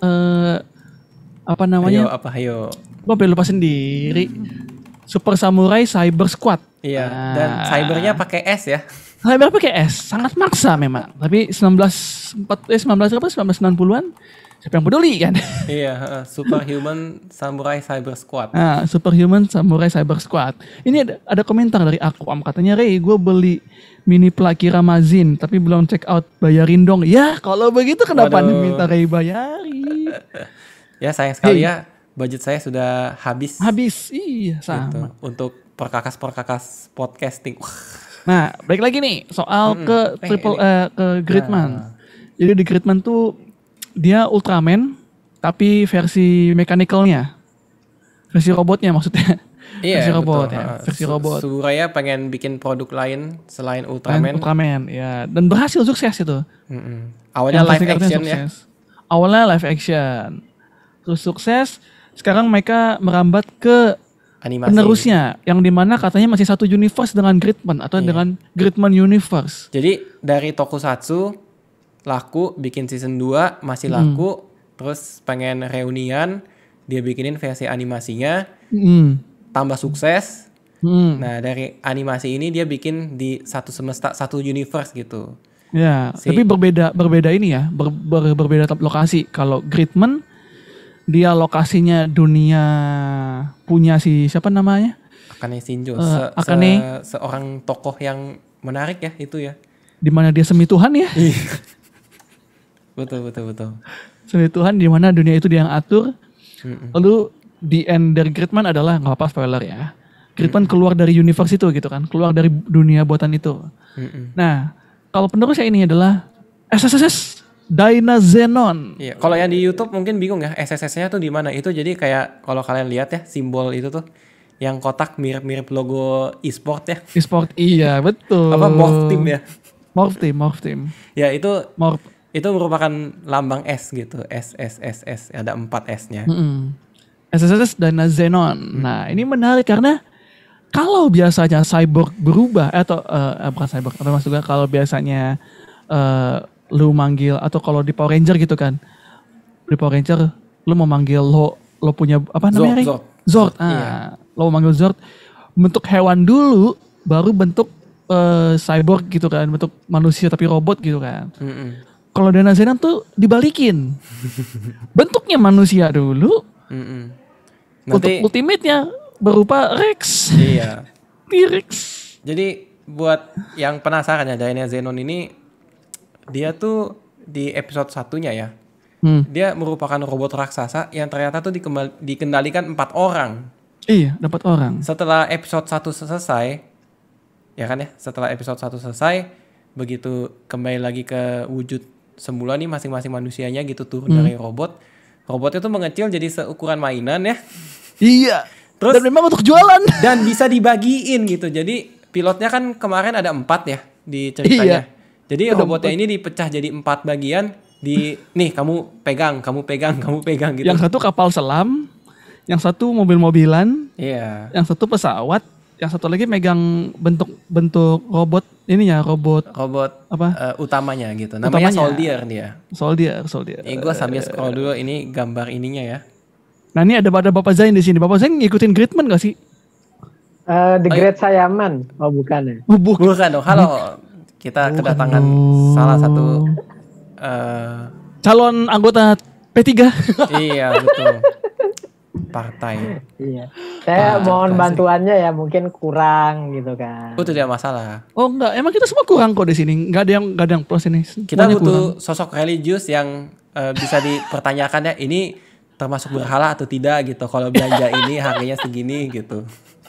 apa namanya?
Hayo.
Gue belum lupa sendiri. Super Samurai Cyber Squad.
Iya, dan cybernya pakai S ya.
Cyber pakai S, sangat maksa memang. Tapi 1990-an siapa yang peduli kan?
Iya, Superhuman Samurai Cyber Squad.
Superhuman Samurai Cyber Squad. Ini ada komentar dari Aquam, katanya Ray, gue beli mini Plaki Ramazin tapi belum check out, bayarin dong. Ya kalau begitu kenapa anda minta Ray bayarin?
Ya sayang sekali ya, budget saya sudah habis.
Iya sama.
Gitu, untuk perkakas podcasting.
Nah, balik lagi nih soal ke Gridman. Jadi di Gridman tuh dia Ultraman tapi versi mechanical-nya. Versi robotnya maksudnya.
Iya,
versi robot
betul.
ya, versi robot.
Suraya pengen bikin produk lain selain Ultraman.
Ultraman ya, dan berhasil sukses itu.
Awalnya live action ya.
Awalnya live action. Terus sukses, sekarang mereka merambat ke animasi. Penerusnya yang dimana katanya masih satu universe dengan Gridman atau dengan Gridman Universe.
Jadi dari Tokusatsu laku, bikin season 2 masih laku, terus pengen reunian, dia bikinin versi animasinya, tambah sukses. Nah dari animasi ini dia bikin di satu semesta, satu universe gitu.
Ya, tapi berbeda ini ya, berbeda lokasi. Kalau Gridman dia lokasinya dunia punya si siapa namanya?
Akane Shinjo. Seorang tokoh yang menarik ya itu ya.
Di mana dia semi Tuhan ya?
Betul.
Semi Tuhan di mana dunia itu dia yang atur. Lalu di end dari Gridman adalah nggak apa spoiler ya. Gridman keluar dari universe itu gitu kan, keluar dari dunia buatan itu. Nah, kalau penerusnya ini adalah SSSS Dynazenon.
Iya, kalau yang di YouTube mungkin bingung ya, SSS-nya tuh di mana? Itu jadi kayak kalau kalian lihat ya, simbol itu tuh yang kotak mirip-mirip logo e-sport ya.
E-sport, iya betul.
Apa Morph Team ya?
Morph Team.
Ya itu itu merupakan lambang S gitu, S. Ada 4 S-nya.
SSS Dynazenon. Nah, ini menarik karena kalau biasanya cyborg berubah atau bukan cyborg, atau maksudnya kalau biasanya lu manggil atau kalau di Power Ranger gitu kan. Di Power Ranger lu mau manggil lo punya apa namanya? Zord. Iya. Lo manggil Zord bentuk hewan dulu baru bentuk cyborg gitu kan, bentuk manusia tapi robot gitu kan. Kalau Dynazenon tuh dibalikin. Bentuknya manusia dulu. Nanti, untuk ultimate-nya berupa Rex.
Iya.
T-Rex.
Jadi buat yang penasaran ya, Dynazenon ini dia tuh di episode 1-nya ya. Dia merupakan robot raksasa yang ternyata tuh dikendalikan 4 orang.
Iya, dapat orang.
Setelah episode 1 selesai, ya kan ya, setelah episode 1 selesai, begitu kembali lagi ke wujud semula nih masing-masing manusianya gitu turun dari robot. Robotnya tuh mengecil jadi seukuran mainan ya.
Iya.
Terus,
dan memang untuk jualan.
Dan bisa dibagiin gitu. Jadi pilotnya kan kemarin ada 4 ya di ceritanya. Iya. Jadi robotnya ini dipecah jadi 4 bagian. Nih kamu pegang gitu.
Yang satu kapal selam, yang satu mobil-mobilan, yang satu pesawat, yang satu lagi megang bentuk robot ininya, robot apa?
Utamanya gitu. Namanya Soldier dia.
Soldier.
Gue sambil scroll dulu ini gambar ininya ya.
Nah ini ada Bapak Zain di sini. Bapak Zain ngikutin Gridman gak sih?
The Great Saiyaman. Oh bukan ya?
Bukan dong. Halo. Kita kedatangan salah satu
calon anggota P3.
Iya betul. Partai.
Iya. Saya mohon bantuannya ya, mungkin kurang gitu kan.
Itu tidak masalah.
Oh enggak, emang kita semua kurang kok di sini. Enggak ada yang plus ini.
Kita butuh sosok religius yang bisa dipertanyakan ya, ini termasuk berhala atau tidak gitu. Kalau belanja ini harganya segini gitu.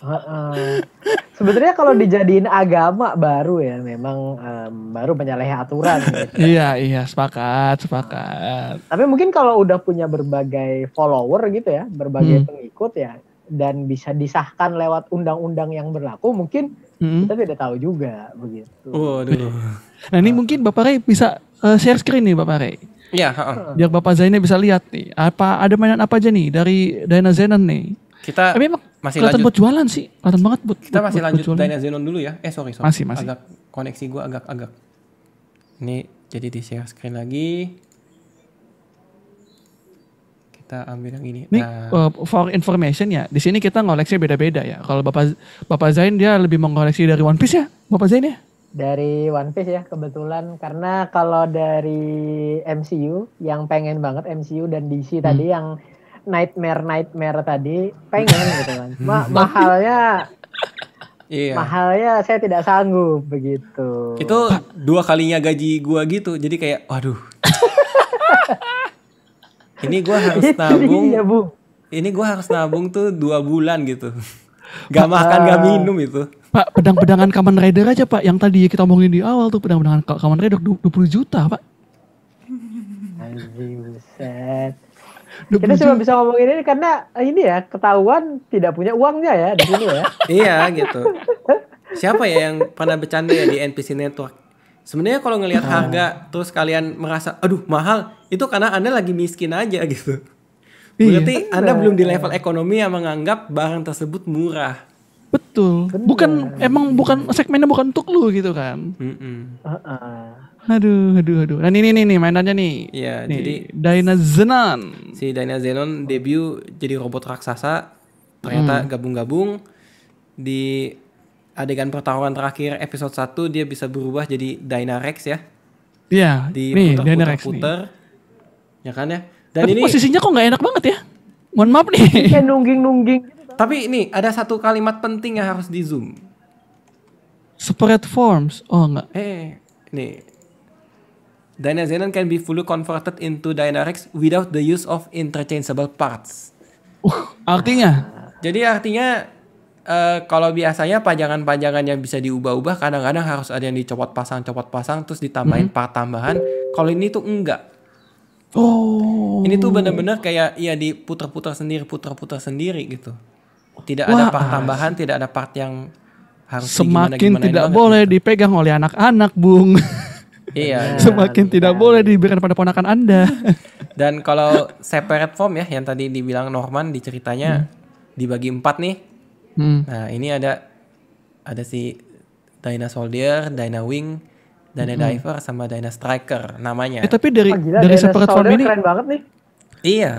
Sebenarnya kalau dijadiin agama baru ya, memang baru menyalahi aturan. Gitu.
Iya, sepakat.
Tapi mungkin kalau udah punya berbagai follower gitu ya, berbagai pengikut ya, dan bisa disahkan lewat undang-undang yang berlaku, mungkin kita tidak tahu juga begitu.
Nah ini mungkin Bapak Ray bisa share screen nih Bapak Ray.
Iya.
Biar Bapak Zainnya bisa lihat nih, ada mainan apa aja nih dari Dynazenon nih.
Kita
masih lanjut buat jualan sih, kelihatan banget buat.
Kita masih lanjut Dynazenon dulu ya. Sorry.
Masih.
Agak koneksi gue agak. Ini jadi di share screen lagi. kita ambil yang ini.
Ini for information ya, di sini kita ngoleksi beda-beda ya. Kalau Bapak Zain dia lebih mengoleksi dari One Piece ya, Bapak Zain ya?
Dari One Piece ya kebetulan, karena kalau dari MCU yang pengen banget MCU dan DC tadi yang Nightmare tadi pengen gitu kan. Mahalnya mahalnya saya tidak sanggup begitu.
Itu 2 kalinya gaji gua gitu. Jadi kayak waduh. Ini gua harus nabung.
Iya, Bu.
Ini gua harus nabung tuh 2 bulan gitu. Gak makan, gak minum itu.
Pak, pedang-pedangan Kamen Rider aja Pak. Yang tadi kita omongin di awal tuh pedang-pedangan Kamen Rider 20 juta Pak.
Anjing, buset. Kita cuma bisa ngomongin ini karena ini ya ketahuan tidak punya uangnya ya di sini ya.
Iya gitu. Siapa ya yang pernah bercanda ya di NPC Network? Sebenarnya kalau ngelihat harga terus kalian merasa aduh mahal, itu karena Anda lagi miskin aja gitu. Berarti Anda belum di level ekonomi yang menganggap barang tersebut murah.
Betul. Bukan segmennya bukan untuk lu gitu kan. Aduh. Nah ini mainannya nih.
Iya,
nih,
jadi
Dynazenon.
Si Dynazenon debut jadi robot raksasa. Ternyata gabung-gabung di adegan pertarungan terakhir episode 1 dia bisa berubah jadi Dynarex ya.
Iya, nih
puter-puter. Ya kan ya? Dan
tapi
ini
posisinya kok gak enak banget ya? Mohon maaf nih.
Kayak nungging-nungging gitu.
Tapi ini ada satu kalimat penting yang harus di zoom.
Separate forms. Oh enggak.
Nih. Dynazenon can be fully converted into Dynarex without the use of interchangeable parts.
Artinya?
Jadi artinya kalau biasanya pajangan-pajangan yang bisa diubah-ubah kadang-kadang harus ada yang dicopot pasang terus ditambahin part tambahan. Kalau ini tuh enggak. Ini tuh benar-benar kayak ya diputar-putar sendiri gitu. Tidak ada part tambahan, tidak ada part yang harus
semakin tidak boleh gitu dipegang oleh anak-anak, Bung.
Iya.
Semakin tidak boleh diberikan pada ponakan Anda.
Dan kalau separate form ya yang tadi dibilang Norman di ceritanya dibagi 4 nih. Nah, ini ada si Dyna Soldier, Dyna Wing, Dyna Diver sama Dyna Striker namanya.
Tapi dari separate form ini
keren banget nih.
Iya.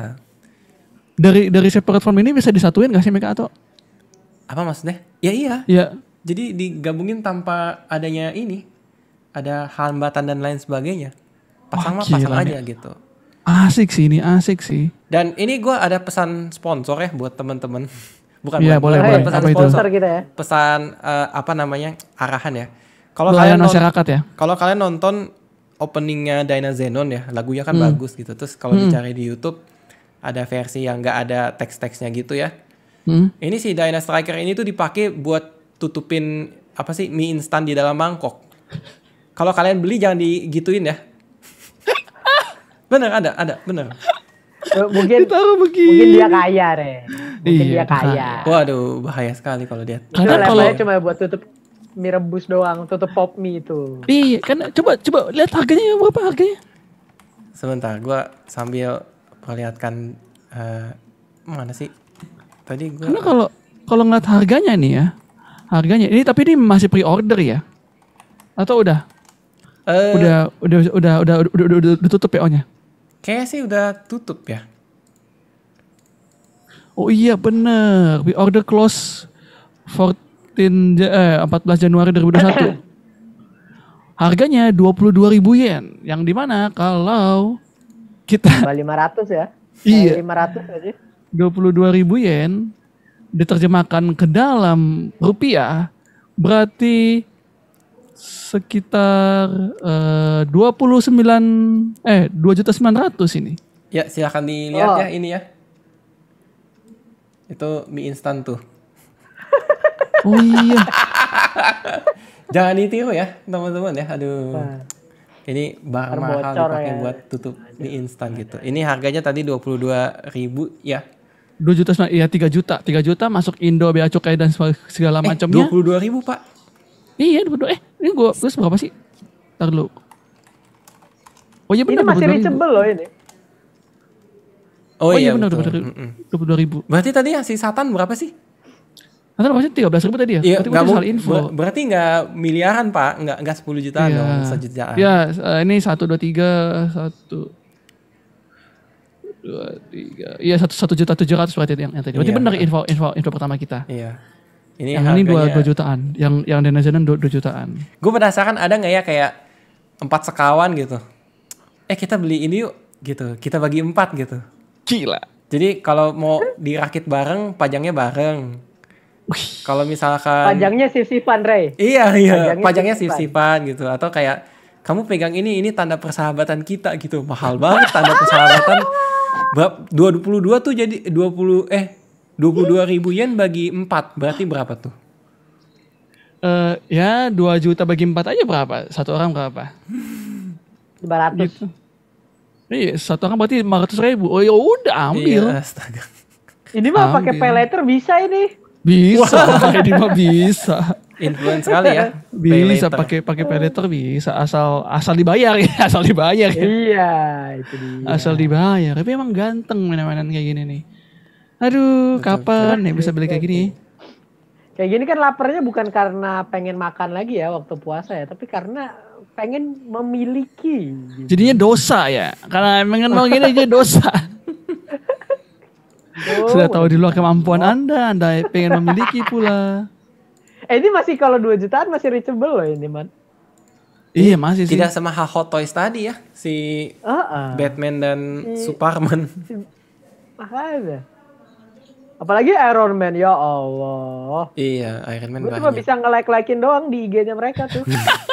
Dari separate form ini bisa disatuin gak sih mereka atau?
Apa maksudnya? Ya iya.
Iya.
Jadi digabungin tanpa adanya ini. Ada hambatan dan lain sebagainya. Pasang aja gitu.
Asik sih.
Dan ini gue ada pesan sponsor ya buat teman-teman. Bukan
boleh.
pesan
apa
sponsor
itu?
Kita ya. Pesan arahan ya. Kalau
kalian masyarakat ya.
Kalau kalian nonton openingnya Dynazenon ya, lagunya kan bagus gitu. Terus kalau dicari di YouTube ada versi yang nggak ada teks-teksnya gitu ya. Ini si Dyna Striker ini tuh dipakai buat tutupin mie instan di dalam mangkok. Kalau kalian beli jangan digituin ya. Bener ada bener.
Mungkin dia kaya, Mungkin dia kaya.
Waduh, bahaya sekali kalau dia.
Karena kalau cuma buat tutup mie rebus doang, tutup pop mie itu.
Iya, kan coba lihat harganya berapa harganya?
Sebentar, gua sambil perlihatkan mana sih? Tadi gua.
Karena kalau ngeliat harganya nih ya. Harganya ini tapi ini masih pre-order ya? Atau udah? Udah tutup PO-nya?
Kayaknya sih udah tutup ya.
Oh iya bener. We order close 14 Januari 2021. Harganya 22.000 yen. Yang dimana kalau kita
500 ya?
Iya.
500 aja.
22.000 yen diterjemahkan ke dalam rupiah berarti sekitar 2.900.000 ini.
Ya silakan dilihat ya ini ya. Itu mie instan tuh.
Oh iya.
Jangan ditiru ya teman-teman ya. Aduh. Ini bahan mahal dipakai buat tutup mie instan gitu. Ini harganya tadi 22.000 ya.
2 juta, iya 3 juta. 3 juta masuk Indo, bea cukai dan segala macamnya.
22.000 Pak.
Iya 22. Ini gue terus berapa sih? Ntar dulu. Oh iya benar.
Ini masih reachable loh ini.
Oh iya
benar. 22.000.
Berarti tadi yang si Satan berapa sih?
Satan berapa sih? 13.000 tadi ya?
Iya,
berarti salah info.
Berarti nggak miliaran Pak, nggak 10 jutaan dong, 1 jutaan.
Iya, ini 1, 2, 3, 1. 2, 3. Iya 1.700.000 berarti yang tadi. Berarti benar info pertama kita.
Iya. Ini
yang
harganya,
ini 2 jutaan. Yang Dana Zenon 2 jutaan.
Gue penasaran ada nggak ya kayak 4 sekawan gitu. Kita beli ini yuk gitu. Kita bagi 4 gitu.
Gila.
Jadi kalau mau dirakit bareng, pajangnya bareng. Kalau misalkan
pajangnya sip-sipan, Ray.
Iya. Pajangnya sip-sipan gitu. Atau kayak kamu pegang ini tanda persahabatan kita gitu. Mahal banget tanda persahabatan. 22 tuh jadi 22.000 yen bagi 4. Berarti berapa tuh?
Ya 2 juta bagi 4 aja berapa? Satu orang berapa?
500. Gitu.
Iya, satu orang berarti 500.000. Oh ya udah ambil.
Iya, astaga.
Ini mah pakai pay later bisa ini.
Bisa, ini mah bisa.
Influence kali ya.
Bisa pakai pay later bisa asal dibayar ya, asal dibayar ya.
Iya, itu dia.
Asal dibayar. Tapi emang ganteng mainan-mainan kayak gini nih. Aduh, kapan nih bisa beli kayak gini?
Kayak gini kan laparnya bukan karena pengen makan lagi ya waktu puasa ya, tapi karena pengen memiliki. Gitu.
Jadinya dosa ya, karena pengen mau gini aja dosa. Sudah tahu di luar kemampuan Anda pengen memiliki pula.
Ini masih kalau 2 jutaan masih reachable loh ini, Man.
Iya masih sih.
Tidak sama Hot Toys tadi ya, si Batman dan Superman.
Makanya. Apalagi Iron Man, ya Allah.
Iya, Iron Man banyak.
Gue cuma bisa nge-like-likein doang di IG-nya mereka tuh.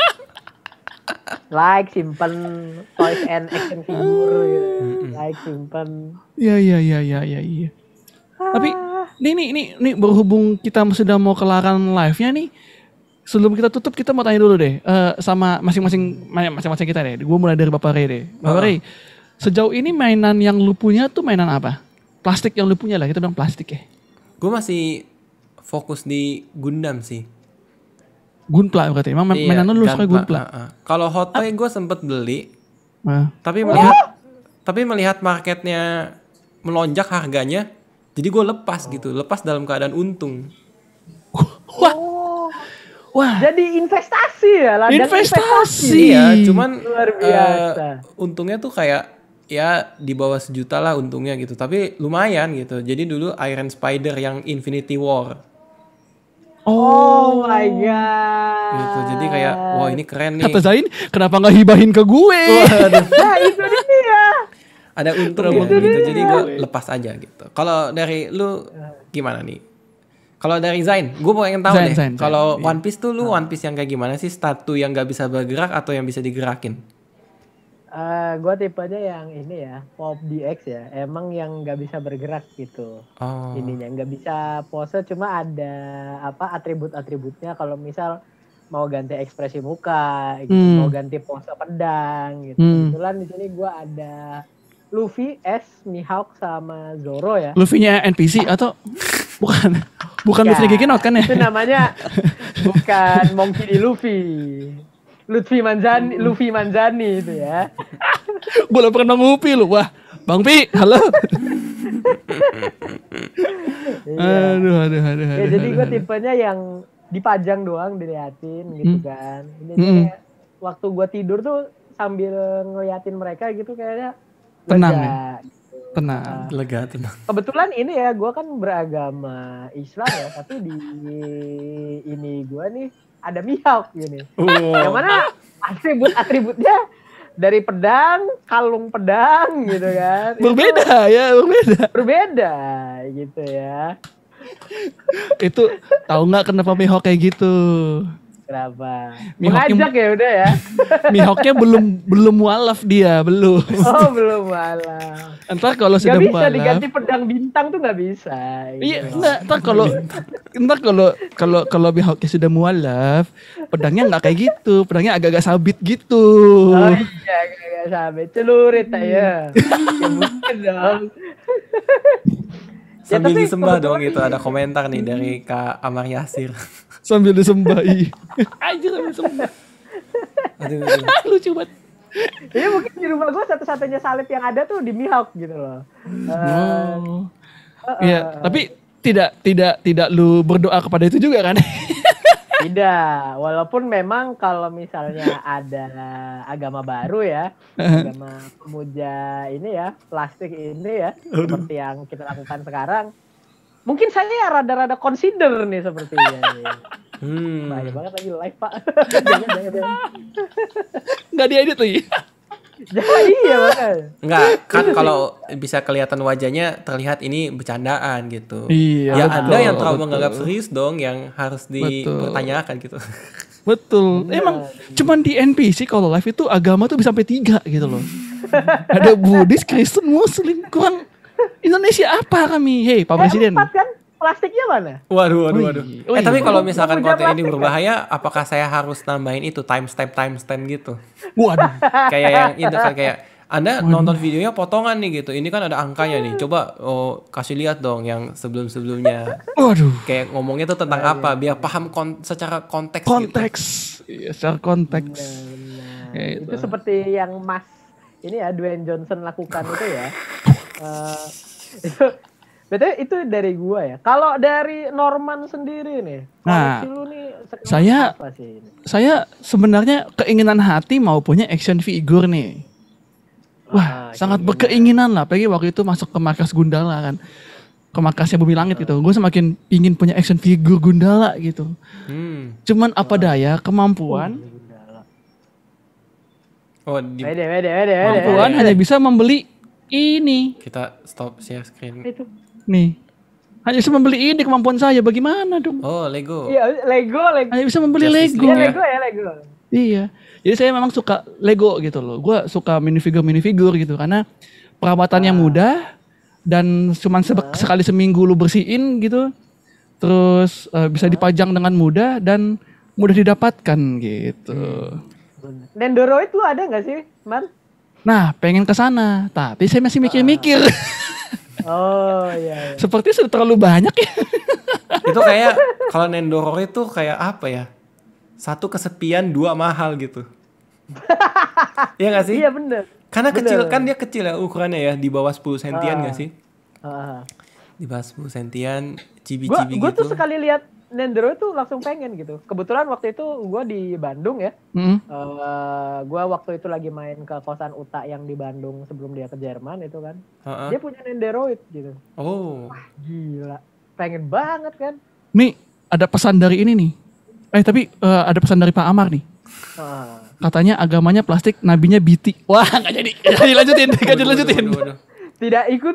Like, simpen toys and action figure gitu. Like, simpen.
Iya. Tapi ini berhubung kita sudah mau kelaran live-nya nih. Sebelum kita tutup kita mau tanya dulu deh sama masing-masing kita deh. Gue mulai dari Bapak Ray deh. Bapak Ray, sejauh ini mainan yang lu punya tuh mainan apa? Plastik yang lu punya lah, kita bilang plastik ya.
Gue masih fokus di Gundam sih.
Gunpla berarti. Emang mainan lu suka Gunpla?
Kalau Hot Toy gue sempet beli. Tapi melihat marketnya melonjak harganya. Jadi gue lepas gitu. Lepas dalam keadaan untung.
Wah.
Jadi investasi ya.
Investasi.
Iya, cuman
luar biasa.
Untungnya tuh kayak ya di bawah 1 juta lah untungnya gitu. Tapi lumayan gitu. Jadi dulu Iron Spider yang Infinity War.
Oh my god.
Gitu. Jadi kayak wah ini keren nih.
Kata Zain, kenapa gak hibahin ke gue?
Nah itu dia.
Ada untung ya, gitu. Jadi gue lepas aja gitu. Kalau dari lu gimana nih? Kalau dari Zain, gue pengen tahu deh. Kalau One Piece tuh lu One Piece yang kayak gimana sih? Statue yang gak bisa bergerak atau yang bisa digerakin?
Gue tipenya yang ini ya, Pop DX ya. Emang yang nggak bisa bergerak gitu. Ininya nggak bisa pose, cuma ada atribut-atributnya. Kalau misal mau ganti ekspresi muka, gitu, mau ganti pose pedang, gitu. Kebetulan di sini gue ada Luffy, Mihawk sama Zoro ya.
Luffy-nya NPC atau bukan Luffy Gekinot kan ya?
Itu namanya bukan Monkey D. Luffy. Luffy Manzani itu ya.
Gue pernah ngupi lu. Wah, Bang Pi, halo. Aduh.
Ya, jadi gue tipenya yang dipajang doang, diliatin gitu kan. Ini kayak waktu gue tidur tuh sambil ngeliatin mereka gitu kayaknya
tenang
lega,
ya?
gitu.
Lega, tenang.
Kebetulan ini ya, gue kan beragama Islam ya, tapi di ini gue nih ada Mihawk gini. Yang mana atributnya dari pedang, kalung pedang gitu kan. Berbeda gitu ya.
Itu tahu nggak kenapa Mihawk kayak gitu?
Kenapa? Mengajak ya udah ya.
Mihawknya belum mualaf dia, belum.
Oh, belum mualaf.
Entar kalau sudah mualaf.
Gak bisa diganti pedang bintang tuh nggak bisa.
Iya, entar kalau Mihawknya sudah mualaf, pedangnya nggak kayak gitu, pedangnya agak-agak sabit gitu.
Oh iya, agak sabit, celurit aja. Ya mungkin dong.
Sambil disembah dong gitu, ada komentar nih dari Kak Amar Yasir.
Sambil disembah. Aja sambil disembah.
Aduh.
Lucu banget.
Ini mungkin di rumah gue satu-satunya salib yang ada tuh di Mihawk gitu loh.
Iya, tapi tidak lu berdoa kepada itu juga kan?
Tidak, walaupun memang kalau misalnya ada agama baru ya, agama pemuja ini ya, plastik ini ya, seperti yang kita lakukan sekarang, mungkin saya rada-rada consider nih sepertinya. Bahaya banget lagi live Pak. Jangan.
Nggak diedit lagi.
Iya makanya.
Enggak, kan kalau bisa kelihatan wajahnya terlihat ini bercandaan gitu.
Iya,
Ya
betul,
Anda yang terlalu
betul.
menganggap serius dong yang harus dipertanyakan gitu.
Betul. Emang cuman di NPC kalau live itu agama tuh bisa sampai 3 gitu loh. Ada Buddhis, Kristen, Muslim. Kurang Indonesia apa kami? Hei Pak Presiden.
4 kan? Plastiknya mana?
Waduh. Tapi kalau misalkan
Pemuja
konten ini
plastik,
berbahaya, apakah saya harus nambahin itu timestamp gitu?
Waduh.
Kayak yang itu kan kayak Anda nonton videonya potongan nih gitu. Ini kan ada angkanya nih. Coba kasih lihat dong yang sebelum-sebelumnya.
Waduh.
Kayak ngomongnya tuh tentang apa biar paham secara konteks
Konteks.
gitu.
Iya, secara konteks.
Benar.
Ya,
Itu seperti yang Mas ini ya Dwayne Johnson lakukan itu ya. Itu betul itu dari gua ya. Kalau dari Norman sendiri nih, koleksi lu nih sekarang apa sih ini?
Saya sebenarnya keinginan hati mau punya action figure nih. Wah, sangat berkeinginan lah. Apalagi waktu itu masuk ke markas Gundala kan. Ke markasnya Bumi Langit gitu. Gue semakin pingin punya action figure Gundala gitu. Cuman apa daya kemampuan. Kemampuan hanya bisa membeli ini.
Kita stop share screen.
Itu.
Nih. Hanya bisa membeli ini kemampuan saya. Bagaimana dong?
Oh, Lego.
Iya, Lego.
Hanya bisa membeli
Justice
Lego.
League
Iya, Lego.
Iya. Jadi saya memang suka Lego gitu loh. Gue suka minifigure gitu karena perawatannya mudah dan cuman sekali seminggu lu bersihin gitu. Terus bisa dipajang dengan mudah dan mudah didapatkan gitu.
Nendoroid lu ada nggak sih, Man?
Nah, pengen ke sana, tapi saya masih mikir-mikir.
Oh iya.
Seperti sudah terlalu banyak ya.
Itu kayak kalau Nendoroid itu kayak apa ya? 1 kesepian, 2 mahal gitu. Iya gak sih?
Iya bener.
Karena kecil kan dia kecil ya ukurannya ya, di bawah 10 sentian gak sih? Di bawah 10 sentian, cibi-cibi gitu.
Gue tuh sekali lihat Nendoroid tuh langsung pengen gitu. Kebetulan waktu itu gue di Bandung ya. Gue waktu itu lagi main ke kosan Uta yang di Bandung sebelum dia ke Jerman itu kan. Dia punya Nendoroid gitu.
Oh.
Wah gila. Pengen banget kan.
Nih, ada pesan dari ini nih. Tapi ada pesan dari Pak Amar nih. Katanya agamanya plastik, nabinya biti. Wah, nggak jadi. Nggak dilanjutin. Tidak ikut.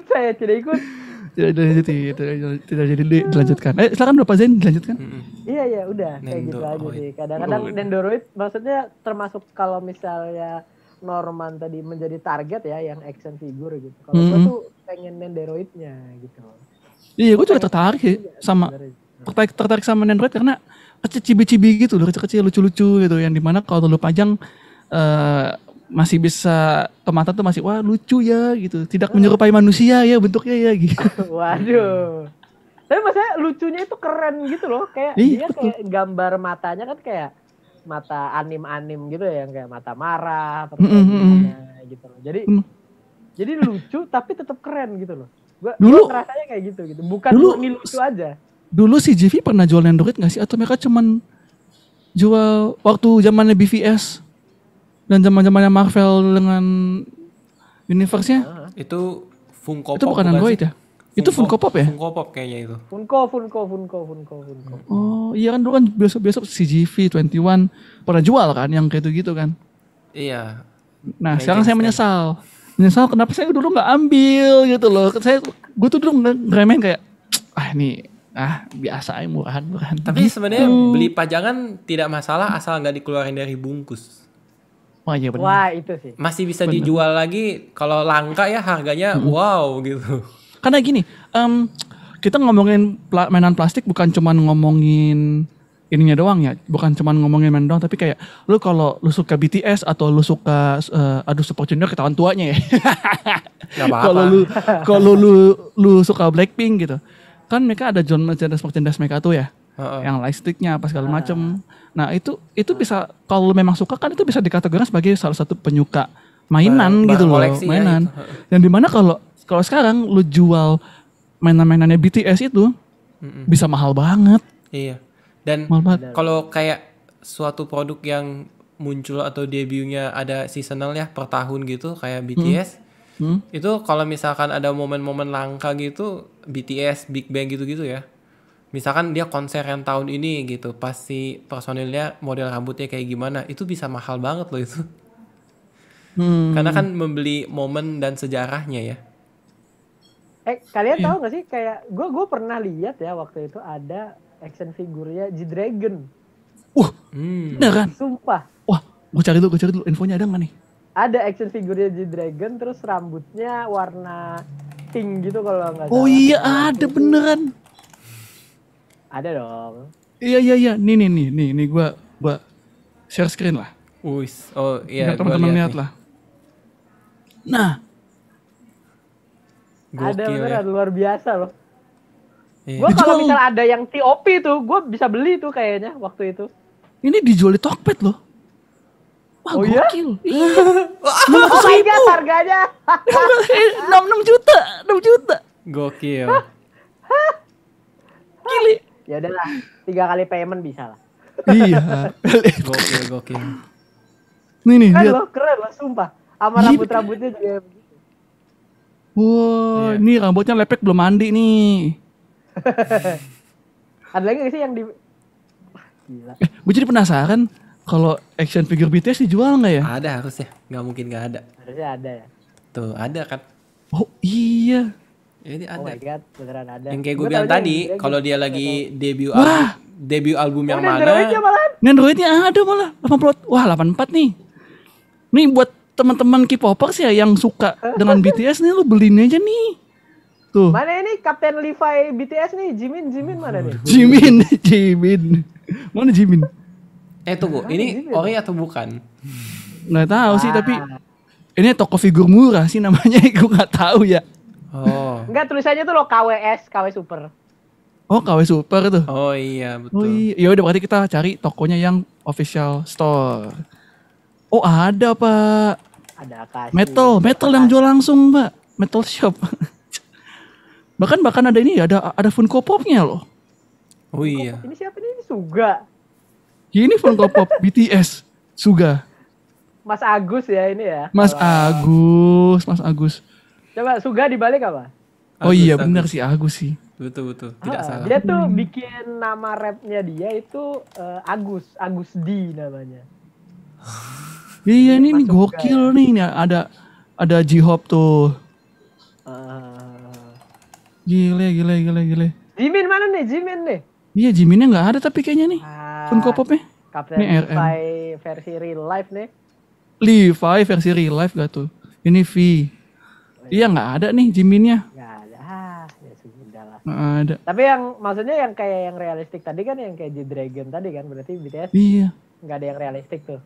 Tidak jadi dilanjutkan. Silakan Bapak Zain dilanjutkan.
Iya, udah kayak gitu aja sih. Kadang-kadang Nendoroid maksudnya termasuk kalau misalnya Norman tadi menjadi target ya yang action figure gitu. Kalau gue tuh pengen Nendoroidnya gitu.
Iya, gue juga tertarik sih sama tertarik sama Nendoroid karena cibi-cibi gitu loh, kecil-kecil lucu-lucu gitu yang dimana kalau lu pajang masih bisa ke mata tuh masih wah lucu ya gitu, tidak menyerupai manusia ya bentuknya ya gitu.
Waduh, tapi maksudnya lucunya itu keren gitu loh, kayak dia kayak gambar matanya kan kayak mata anim-anim gitu ya, yang kayak mata marah gitu loh. Jadi lucu tapi tetap keren gitu loh. Gua ngerasanya kayak gitu, bukan murni lucu aja.
Dulu si GV pernah jual Nendoroid nggak sih? Atau mereka cuman jual waktu zamannya BVS dan zamannya Marvel dengan universe-nya?
Itu Funko Pop.
Itu bukan Android ya? Itu Funko Pop ya?
Funko Pop kayaknya itu.
Funko.
Oh iya kan dulu kan biasa si GV 21 pernah jual kan yang kayak gitu kan?
Iya.
Nah sekarang saya menyesal kenapa saya dulu nggak ambil gitu loh. Gue tuh dulu ngeremehin kayak biasa aja murahan.
Tapi sebenarnya beli pajangan tidak masalah asal nggak dikeluarin dari bungkus.
Wah iya benar.
Wah itu sih.
Masih bisa dijual lagi kalau langka ya harganya wow gitu.
Karena gini, kita ngomongin mainan plastik bukan cuma ngomongin ininya doang ya, bukan cuma ngomongin mainan doang, tapi kayak lu kalau lu suka BTS atau lu suka Super Junior ketahuan tuanya ya. Kalau lu suka Blackpink gitu. Kan mereka ada merchandise mereka tuh ya, yang lightsticknya apa segala macem. Nah itu bisa kalau memang suka kan itu bisa dikategorikan sebagai salah satu penyuka mainan gitu loh, mainan. Yang dimana kalau sekarang lu jual mainan-mainannya BTS itu bisa mahal banget.
Iya. Dan
Mahal banget.
kalau kayak suatu produk yang muncul atau debutnya ada seasonal ya per tahun gitu kayak BTS. Itu kalau misalkan ada momen-momen langka gitu, BTS, Big Bang gitu-gitu ya. Misalkan dia konser yang tahun ini gitu, pasti personilnya model rambutnya kayak gimana, itu bisa mahal banget loh itu. Karena kan membeli momen dan sejarahnya ya.
Kalian tahu gak sih kayak gue pernah lihat ya waktu itu ada action figurnya G-Dragon.
Beneran?
Sumpah.
Wah, gue cari dulu infonya ada nggak nih?
Ada action figurnya G-Dragon terus rambutnya warna pink gitu kalau nggak salah.
Oh iya ada beneran.
Ada dong.
Iya. Nih gue share screen lah.
Wis, oh iya.
Biar teman-teman lihat lah. Nah,
ada
gokil
beneran
ya.
luar biasa loh.
Iya.
Gue kalau
Dijual.
misal ada yang TOP tuh, gue bisa beli tuh kayaknya waktu itu.
ini dijual di Tokped loh. Wah,
Oh iya?
gokil. Iya.
Oh my god, harganya.
6 juta.
Gokil.
Gili.
Ya udahlah, 3 kali payment bisa lah.
Iya.
Gokil.
Nih
Keren
lihat.
loh, keren loh, sumpah. Sama
Iya,
rambut-rambutnya juga begitu.
Wah, ini rambutnya lepek belum mandi nih.
Ada lagi gak sih yang di... Wah, gila.
Gue jadi penasaran kalau action figure BTS dijual nggak ya?
Ada harusnya, nggak mungkin nggak ada.
Harusnya ada ya.
Tuh ada kan?
Oh iya.
Ini
Oh my
ada.
god, beneran ada.
Yang kayak gue
Gua
bilang
taunya
tadi,
yang G-Dragon.
kalau dia lagi
Wah.
debut album yang
Udah
mana?
Androidnya malah.
Androidnya ada malah 80. Wah 84 nih. Nih buat teman-teman K-popers ya yang suka dengan BTS nih lu beliin aja nih. Tuh.
Mana ini Kapten Levi BTS nih? Jimin mana nih?
Jimin. Mana Jimin?
Tunggu, ini ori atau bukan?
Nggak tahu sih tapi ini toko figur murah sih namanya. Gue nggak tahu ya.
Oh.
Enggak, tulisannya tuh lo KWS, KW Super.
Oh KW Super tuh.
Oh iya
Oh
betul.
iya. Ya udah berarti kita cari tokonya yang official store. Oh ada Pak.
Ada Akashi.
Metal yang jual langsung Mbak. Metal shop. bahkan ada ini ada Funko Pop-nya loh.
Oh iya.
Ini siapa nih? Ini Suga.
Ini Funko Pop BTS Suga.
Mas Agus ya ini ya.
Mas Agus.
Coba Suga dibalik apa?
Oh iya
Agus.
benar sih Agus sih.
Betul. Tidak salah.
Dia tuh bikin nama rapnya dia itu Agus D namanya.
Iya ini
Mas Suga
gokil nih. Ini ada J-Hope tuh. Gile.
Jimin mana nih? Jimin nih.
Iya Jiminnya nggak ada tapi kayaknya nih. Funko Pop-nya.
Kapten
Ini RM.
Levi versi real life nih.
Levi versi real life gak tuh? Ini V. Iya nggak ada nih Jiminnya.
Nggak ada. Ya sudah lah.
Nggak ada.
Tapi yang maksudnya yang kayak yang realistik tadi kan yang kayak G-Dragon tadi kan berarti BTS
Iya.
nggak ada yang realistik tuh.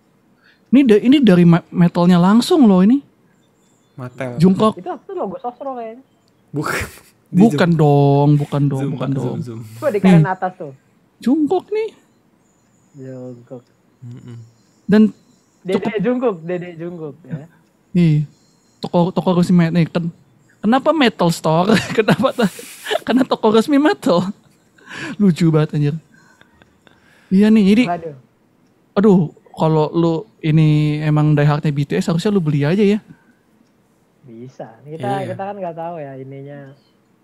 Ini dari metalnya langsung loh ini.
Mattel.
Jungkook.
Itu apa tuh logo Sosro kayaknya.
Bukan.
Bukan dong.
Zoom.
Coba di kanan atas tuh.
Jungkook nih.
Jungkook.
Dan
Dede Jungkook ya.
nih toko resmi nih kenapa metal store? Karena toko resmi metal. Lucu banget anjir. Iya nih, jadi
Waduh.
aduh, kalau lu ini emang diehardnya BTS harusnya lu beli aja ya.
Bisa.
Iya.
Kita kan nggak tahu ya ininya.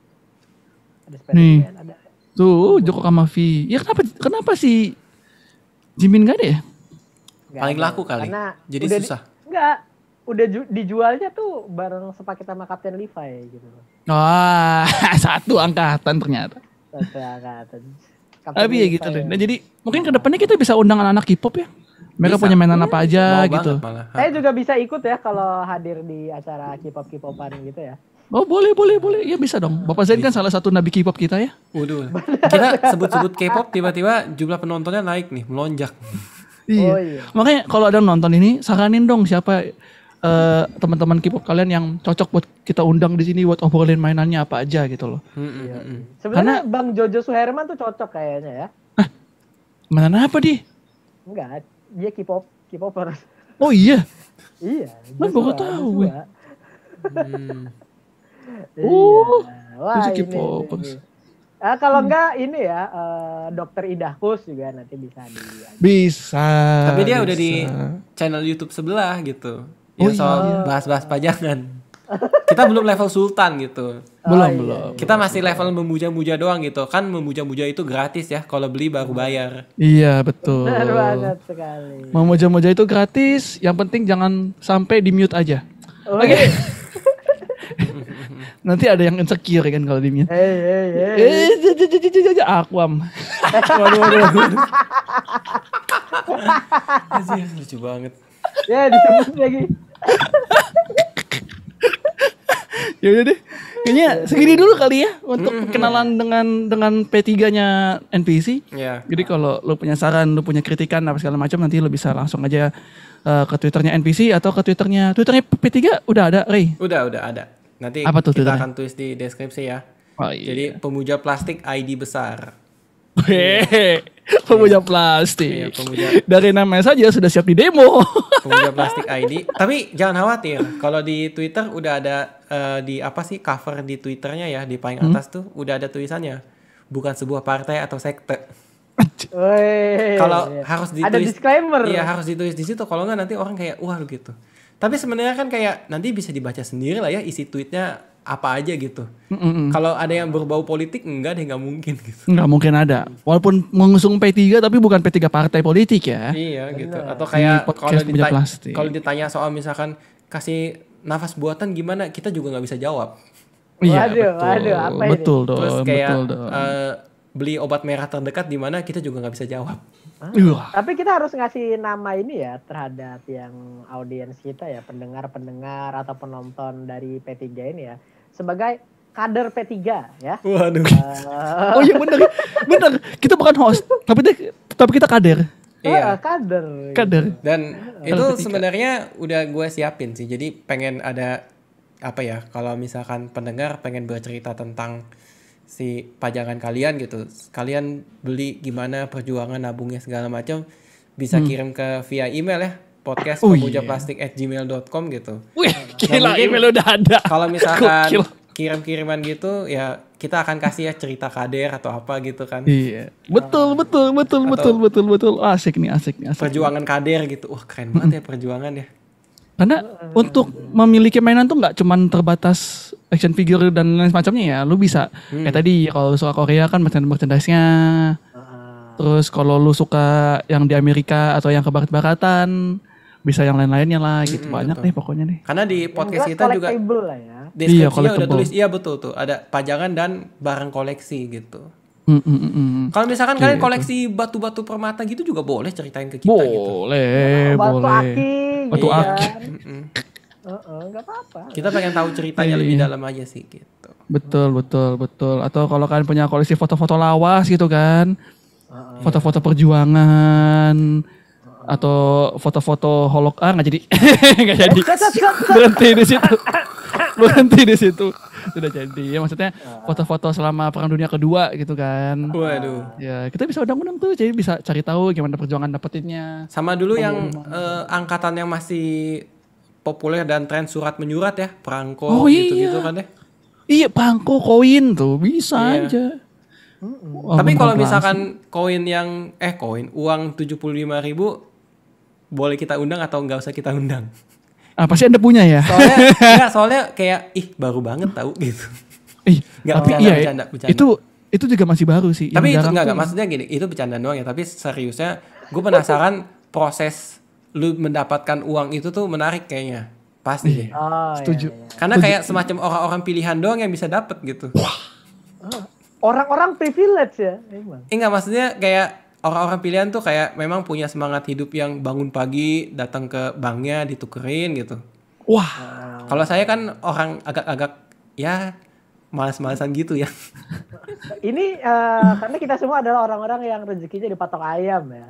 Ada
Nih.
spesimen, ada.
Tuh, Joko sama V. Ya kenapa si Jimin gak ada ya?
Nggak
Paling
ada.
laku kali.
Karena
Jadi
udah
susah.
Enggak. Udah dijualnya tuh bareng sepaket sama Kapten Levi gitu.
Wah, satu angkatan ternyata.
Satu angkatan. Kapten
Tapi ya
Levi
gitu deh. Nah jadi mungkin kedepannya kita bisa undang anak-anak K-pop ya. Mereka
Bisa.
punya mainan apa aja
Mau
gitu.
banget malah.
Saya juga bisa ikut ya kalau hadir di acara K-pop-K-popan gitu ya.
Oh boleh. Ya bisa dong. Bapak Zain kan salah satu nabi K-pop kita ya.
Waduh. Kita sebut-sebut K-pop tiba-tiba jumlah penontonnya naik nih, melonjak.
Iya.
Oh iya.
Makanya kalau ada yang nonton ini, saranin dong siapa teman-teman K-pop kalian yang cocok buat kita undang di sini buat obrolin mainannya apa aja gitu loh.
Sebenarnya Bang Jojo Suherman tuh cocok kayaknya ya.
Mainan apa di?
Enggak, dia K-popper.
Oh iya.
Iya.
Lu baru tahu gue.
Iya.
Oh,
Wah,
dia
ini.
K-popers.
Kalau enggak ini ya Dokter Idahkus juga nanti bisa
Bisa.
Tapi dia udah di channel YouTube sebelah gitu. Ya soal bahas-bahas pajangan. Kita belum level sultan gitu.
Belum.
Kita masih level memuja-muja doang gitu. Kan memuja-muja itu gratis ya. Kalau beli baru bayar.
Iya betul.
Benar banget sekali.
Memuja-muja itu gratis. Yang penting jangan sampai di mute aja. Oke. Nanti ada yang insecure kan kalau di mute. Aquam.
Waduh. Anjir, lucu banget.
Ya disebut lagi.
Ya udah deh. Kayaknya segini dulu kali ya untuk kenalan dengan P3-nya NPC.
Iya.
Jadi kalau lu punya saran, lu punya kritikan apa segala macam nanti lu bisa langsung aja ke Twitternya NPC atau ke Twitternya P3 udah ada, Ray?
Udah ada. Nanti
apa tuh
kita
Twitternya?
akan tulis di deskripsi ya.
Oh, iya.
Jadi pemuja plastik ID besar.
Hehehe, pemuja plastik.
Iya, pemuja.
Dari namanya saja sudah siap di demo.
Pemuja plastik ID. Tapi jangan khawatir. Kalau di Twitter udah ada di apa sih cover di Twitternya ya di paling atas tuh udah ada tulisannya. Bukan sebuah partai atau sekte. Kalau harus ditulis.
Ada disclaimer.
Iya harus ditulis di situ. Kalau nggak nanti orang kayak wah gitu. Tapi sebenarnya kan kayak nanti bisa dibaca sendiri lah ya isi tweetnya apa aja gitu. Kalau ada yang berbau politik enggak deh, nggak mungkin gitu.
Nggak mungkin ada. Walaupun mengusung P3 tapi bukan P3 partai politik ya.
Iya gitu. Atau kayak kalau ditanya soal misalkan kasih nafas buatan gimana, kita juga nggak bisa jawab.
Iya
Waduh, apa ini?
betul dong.
Terus kayak
betul dong.
Beli obat merah terdekat di mana, kita juga nggak bisa jawab.
Tapi kita harus ngasih nama ini ya terhadap yang audiens kita ya, pendengar-pendengar atau penonton dari P3 ini ya, sebagai kader P3 ya.
Waduh.
Oh iya bener. Kita bukan host, tapi kita kader.
Iya,
kader.
Dan itu sebenarnya udah gue siapin sih. Jadi pengen ada apa ya? Kalau misalkan pendengar pengen bercerita tentang si pajangan kalian gitu, kalian beli gimana, perjuangan nabungnya segala macam, bisa kirim ke via email ya, podcast@pemujaplastik@gmail.com gitu.
Wih, gila, email udah ada.
Kalau misalkan kirim-kiriman gitu ya kita akan kasih ya cerita kader atau apa gitu kan.
Iya. Betul. Asik nih.
Perjuangan kader gitu. Wah, keren banget ya perjuangan ya.
Karena untuk memiliki mainan tuh nggak cuman terbatas action figure dan lain semacamnya ya. Lu bisa kayak tadi kalau lu suka Korea kan merchandise-nya. Terus kalau lu suka yang di Amerika atau yang ke barat-baratan, bisa yang lain-lainnya lah gitu. Banyak deh pokoknya nih.
Karena di podcast kita juga
lah ya.
Deskripsinya udah tulis, iya betul tuh, ada pajangan dan barang koleksi gitu. Kalau misalkan kalian koleksi batu-batu permata gitu juga boleh ceritain ke kita gitu.
Boleh. Batu aki.
Nggak apa-apa.
Kita pengen tahu ceritanya lebih dalam aja sih gitu.
Betul. Atau kalau kalian punya koleksi foto-foto lawas gitu kan, foto-foto perjuangan. Atau foto-foto nggak jadi. Berhenti di situ. Sudah jadi. Ya maksudnya foto-foto selama Perang Dunia Kedua gitu kan.
Waduh.
Ya, kita bisa undang-undang tuh, jadi bisa cari tahu gimana perjuangan dapetinnya.
Sama dulu yang angkatan yang masih populer dan tren surat menyurat ya, perangko gitu-gitu kan ya.
Iya, perangko, koin tuh bisa aja.
Tapi kalau misalkan uang 75.000 boleh kita undang atau nggak usah kita undang?
Pasti Anda punya ya?
Soalnya kayak baru banget tahu gitu.
Tapi bercanda. Itu juga masih baru sih.
Tapi itu enggak maksudnya gini, itu bercanda doang ya, tapi seriusnya gue penasaran proses lu mendapatkan uang itu tuh menarik kayaknya. Pasti deh.
Setuju.
Iya. Karena kayak semacam orang-orang pilihan doang yang bisa dapet gitu.
Orang-orang privilege ya.
Enggak, maksudnya kayak orang-orang pilihan tuh kayak memang punya semangat hidup yang bangun pagi, datang ke banknya, ditukerin gitu.
Wah.
Kalau saya kan orang agak-agak ya malas-malasan gitu ya.
Ini karena kita semua adalah orang-orang yang rezekinya dipatok ayam ya.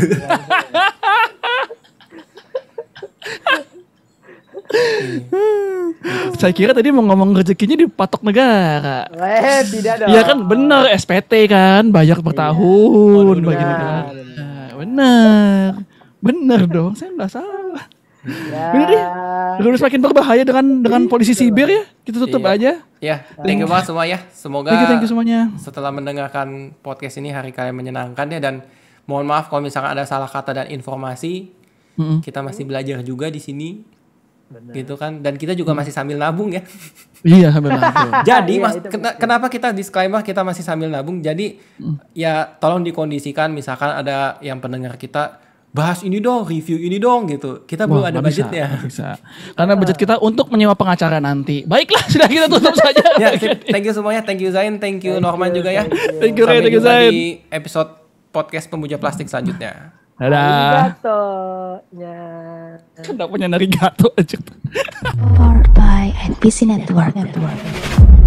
Saya kira tadi mau ngomong rezekinya dipatok negara.
Tidak dong.
Iya kan bener, SPT kan bayar per tahun bagi negara. Bener dong, saya nggak salah. Bener deh. Udah semakin berbahaya dengan polisi siber ya. Kita tutup aja.
Ya, thank you banget semua ya. Semoga
thank you semuanya.
Setelah mendengarkan podcast ini hari kalian menyenangkan ya, dan mohon maaf kalau misalkan ada salah kata dan informasi. Kita masih belajar juga di sini. Bener. Gitu kan, dan kita juga masih sambil nabung ya.
Iya, sambil nabung.
Jadi kenapa kita disclaimer kita masih sambil nabung? Jadi ya tolong dikondisikan, misalkan ada yang pendengar kita bahas ini dong, review ini dong gitu. Kita belum ada budgetnya.
Bisa. Karena budget kita untuk menyewa pengacara nanti. Baiklah, sudah kita tutup saja.
Ya, thank you semuanya, thank you Zain, thank you Norman juga ya.
Thank you Ray, thank you Zain.
Di episode podcast Pemuja Plastik selanjutnya.
Dadah.
Arigato-nya.
Kenapa narigato aja?
Powered by NPC Network.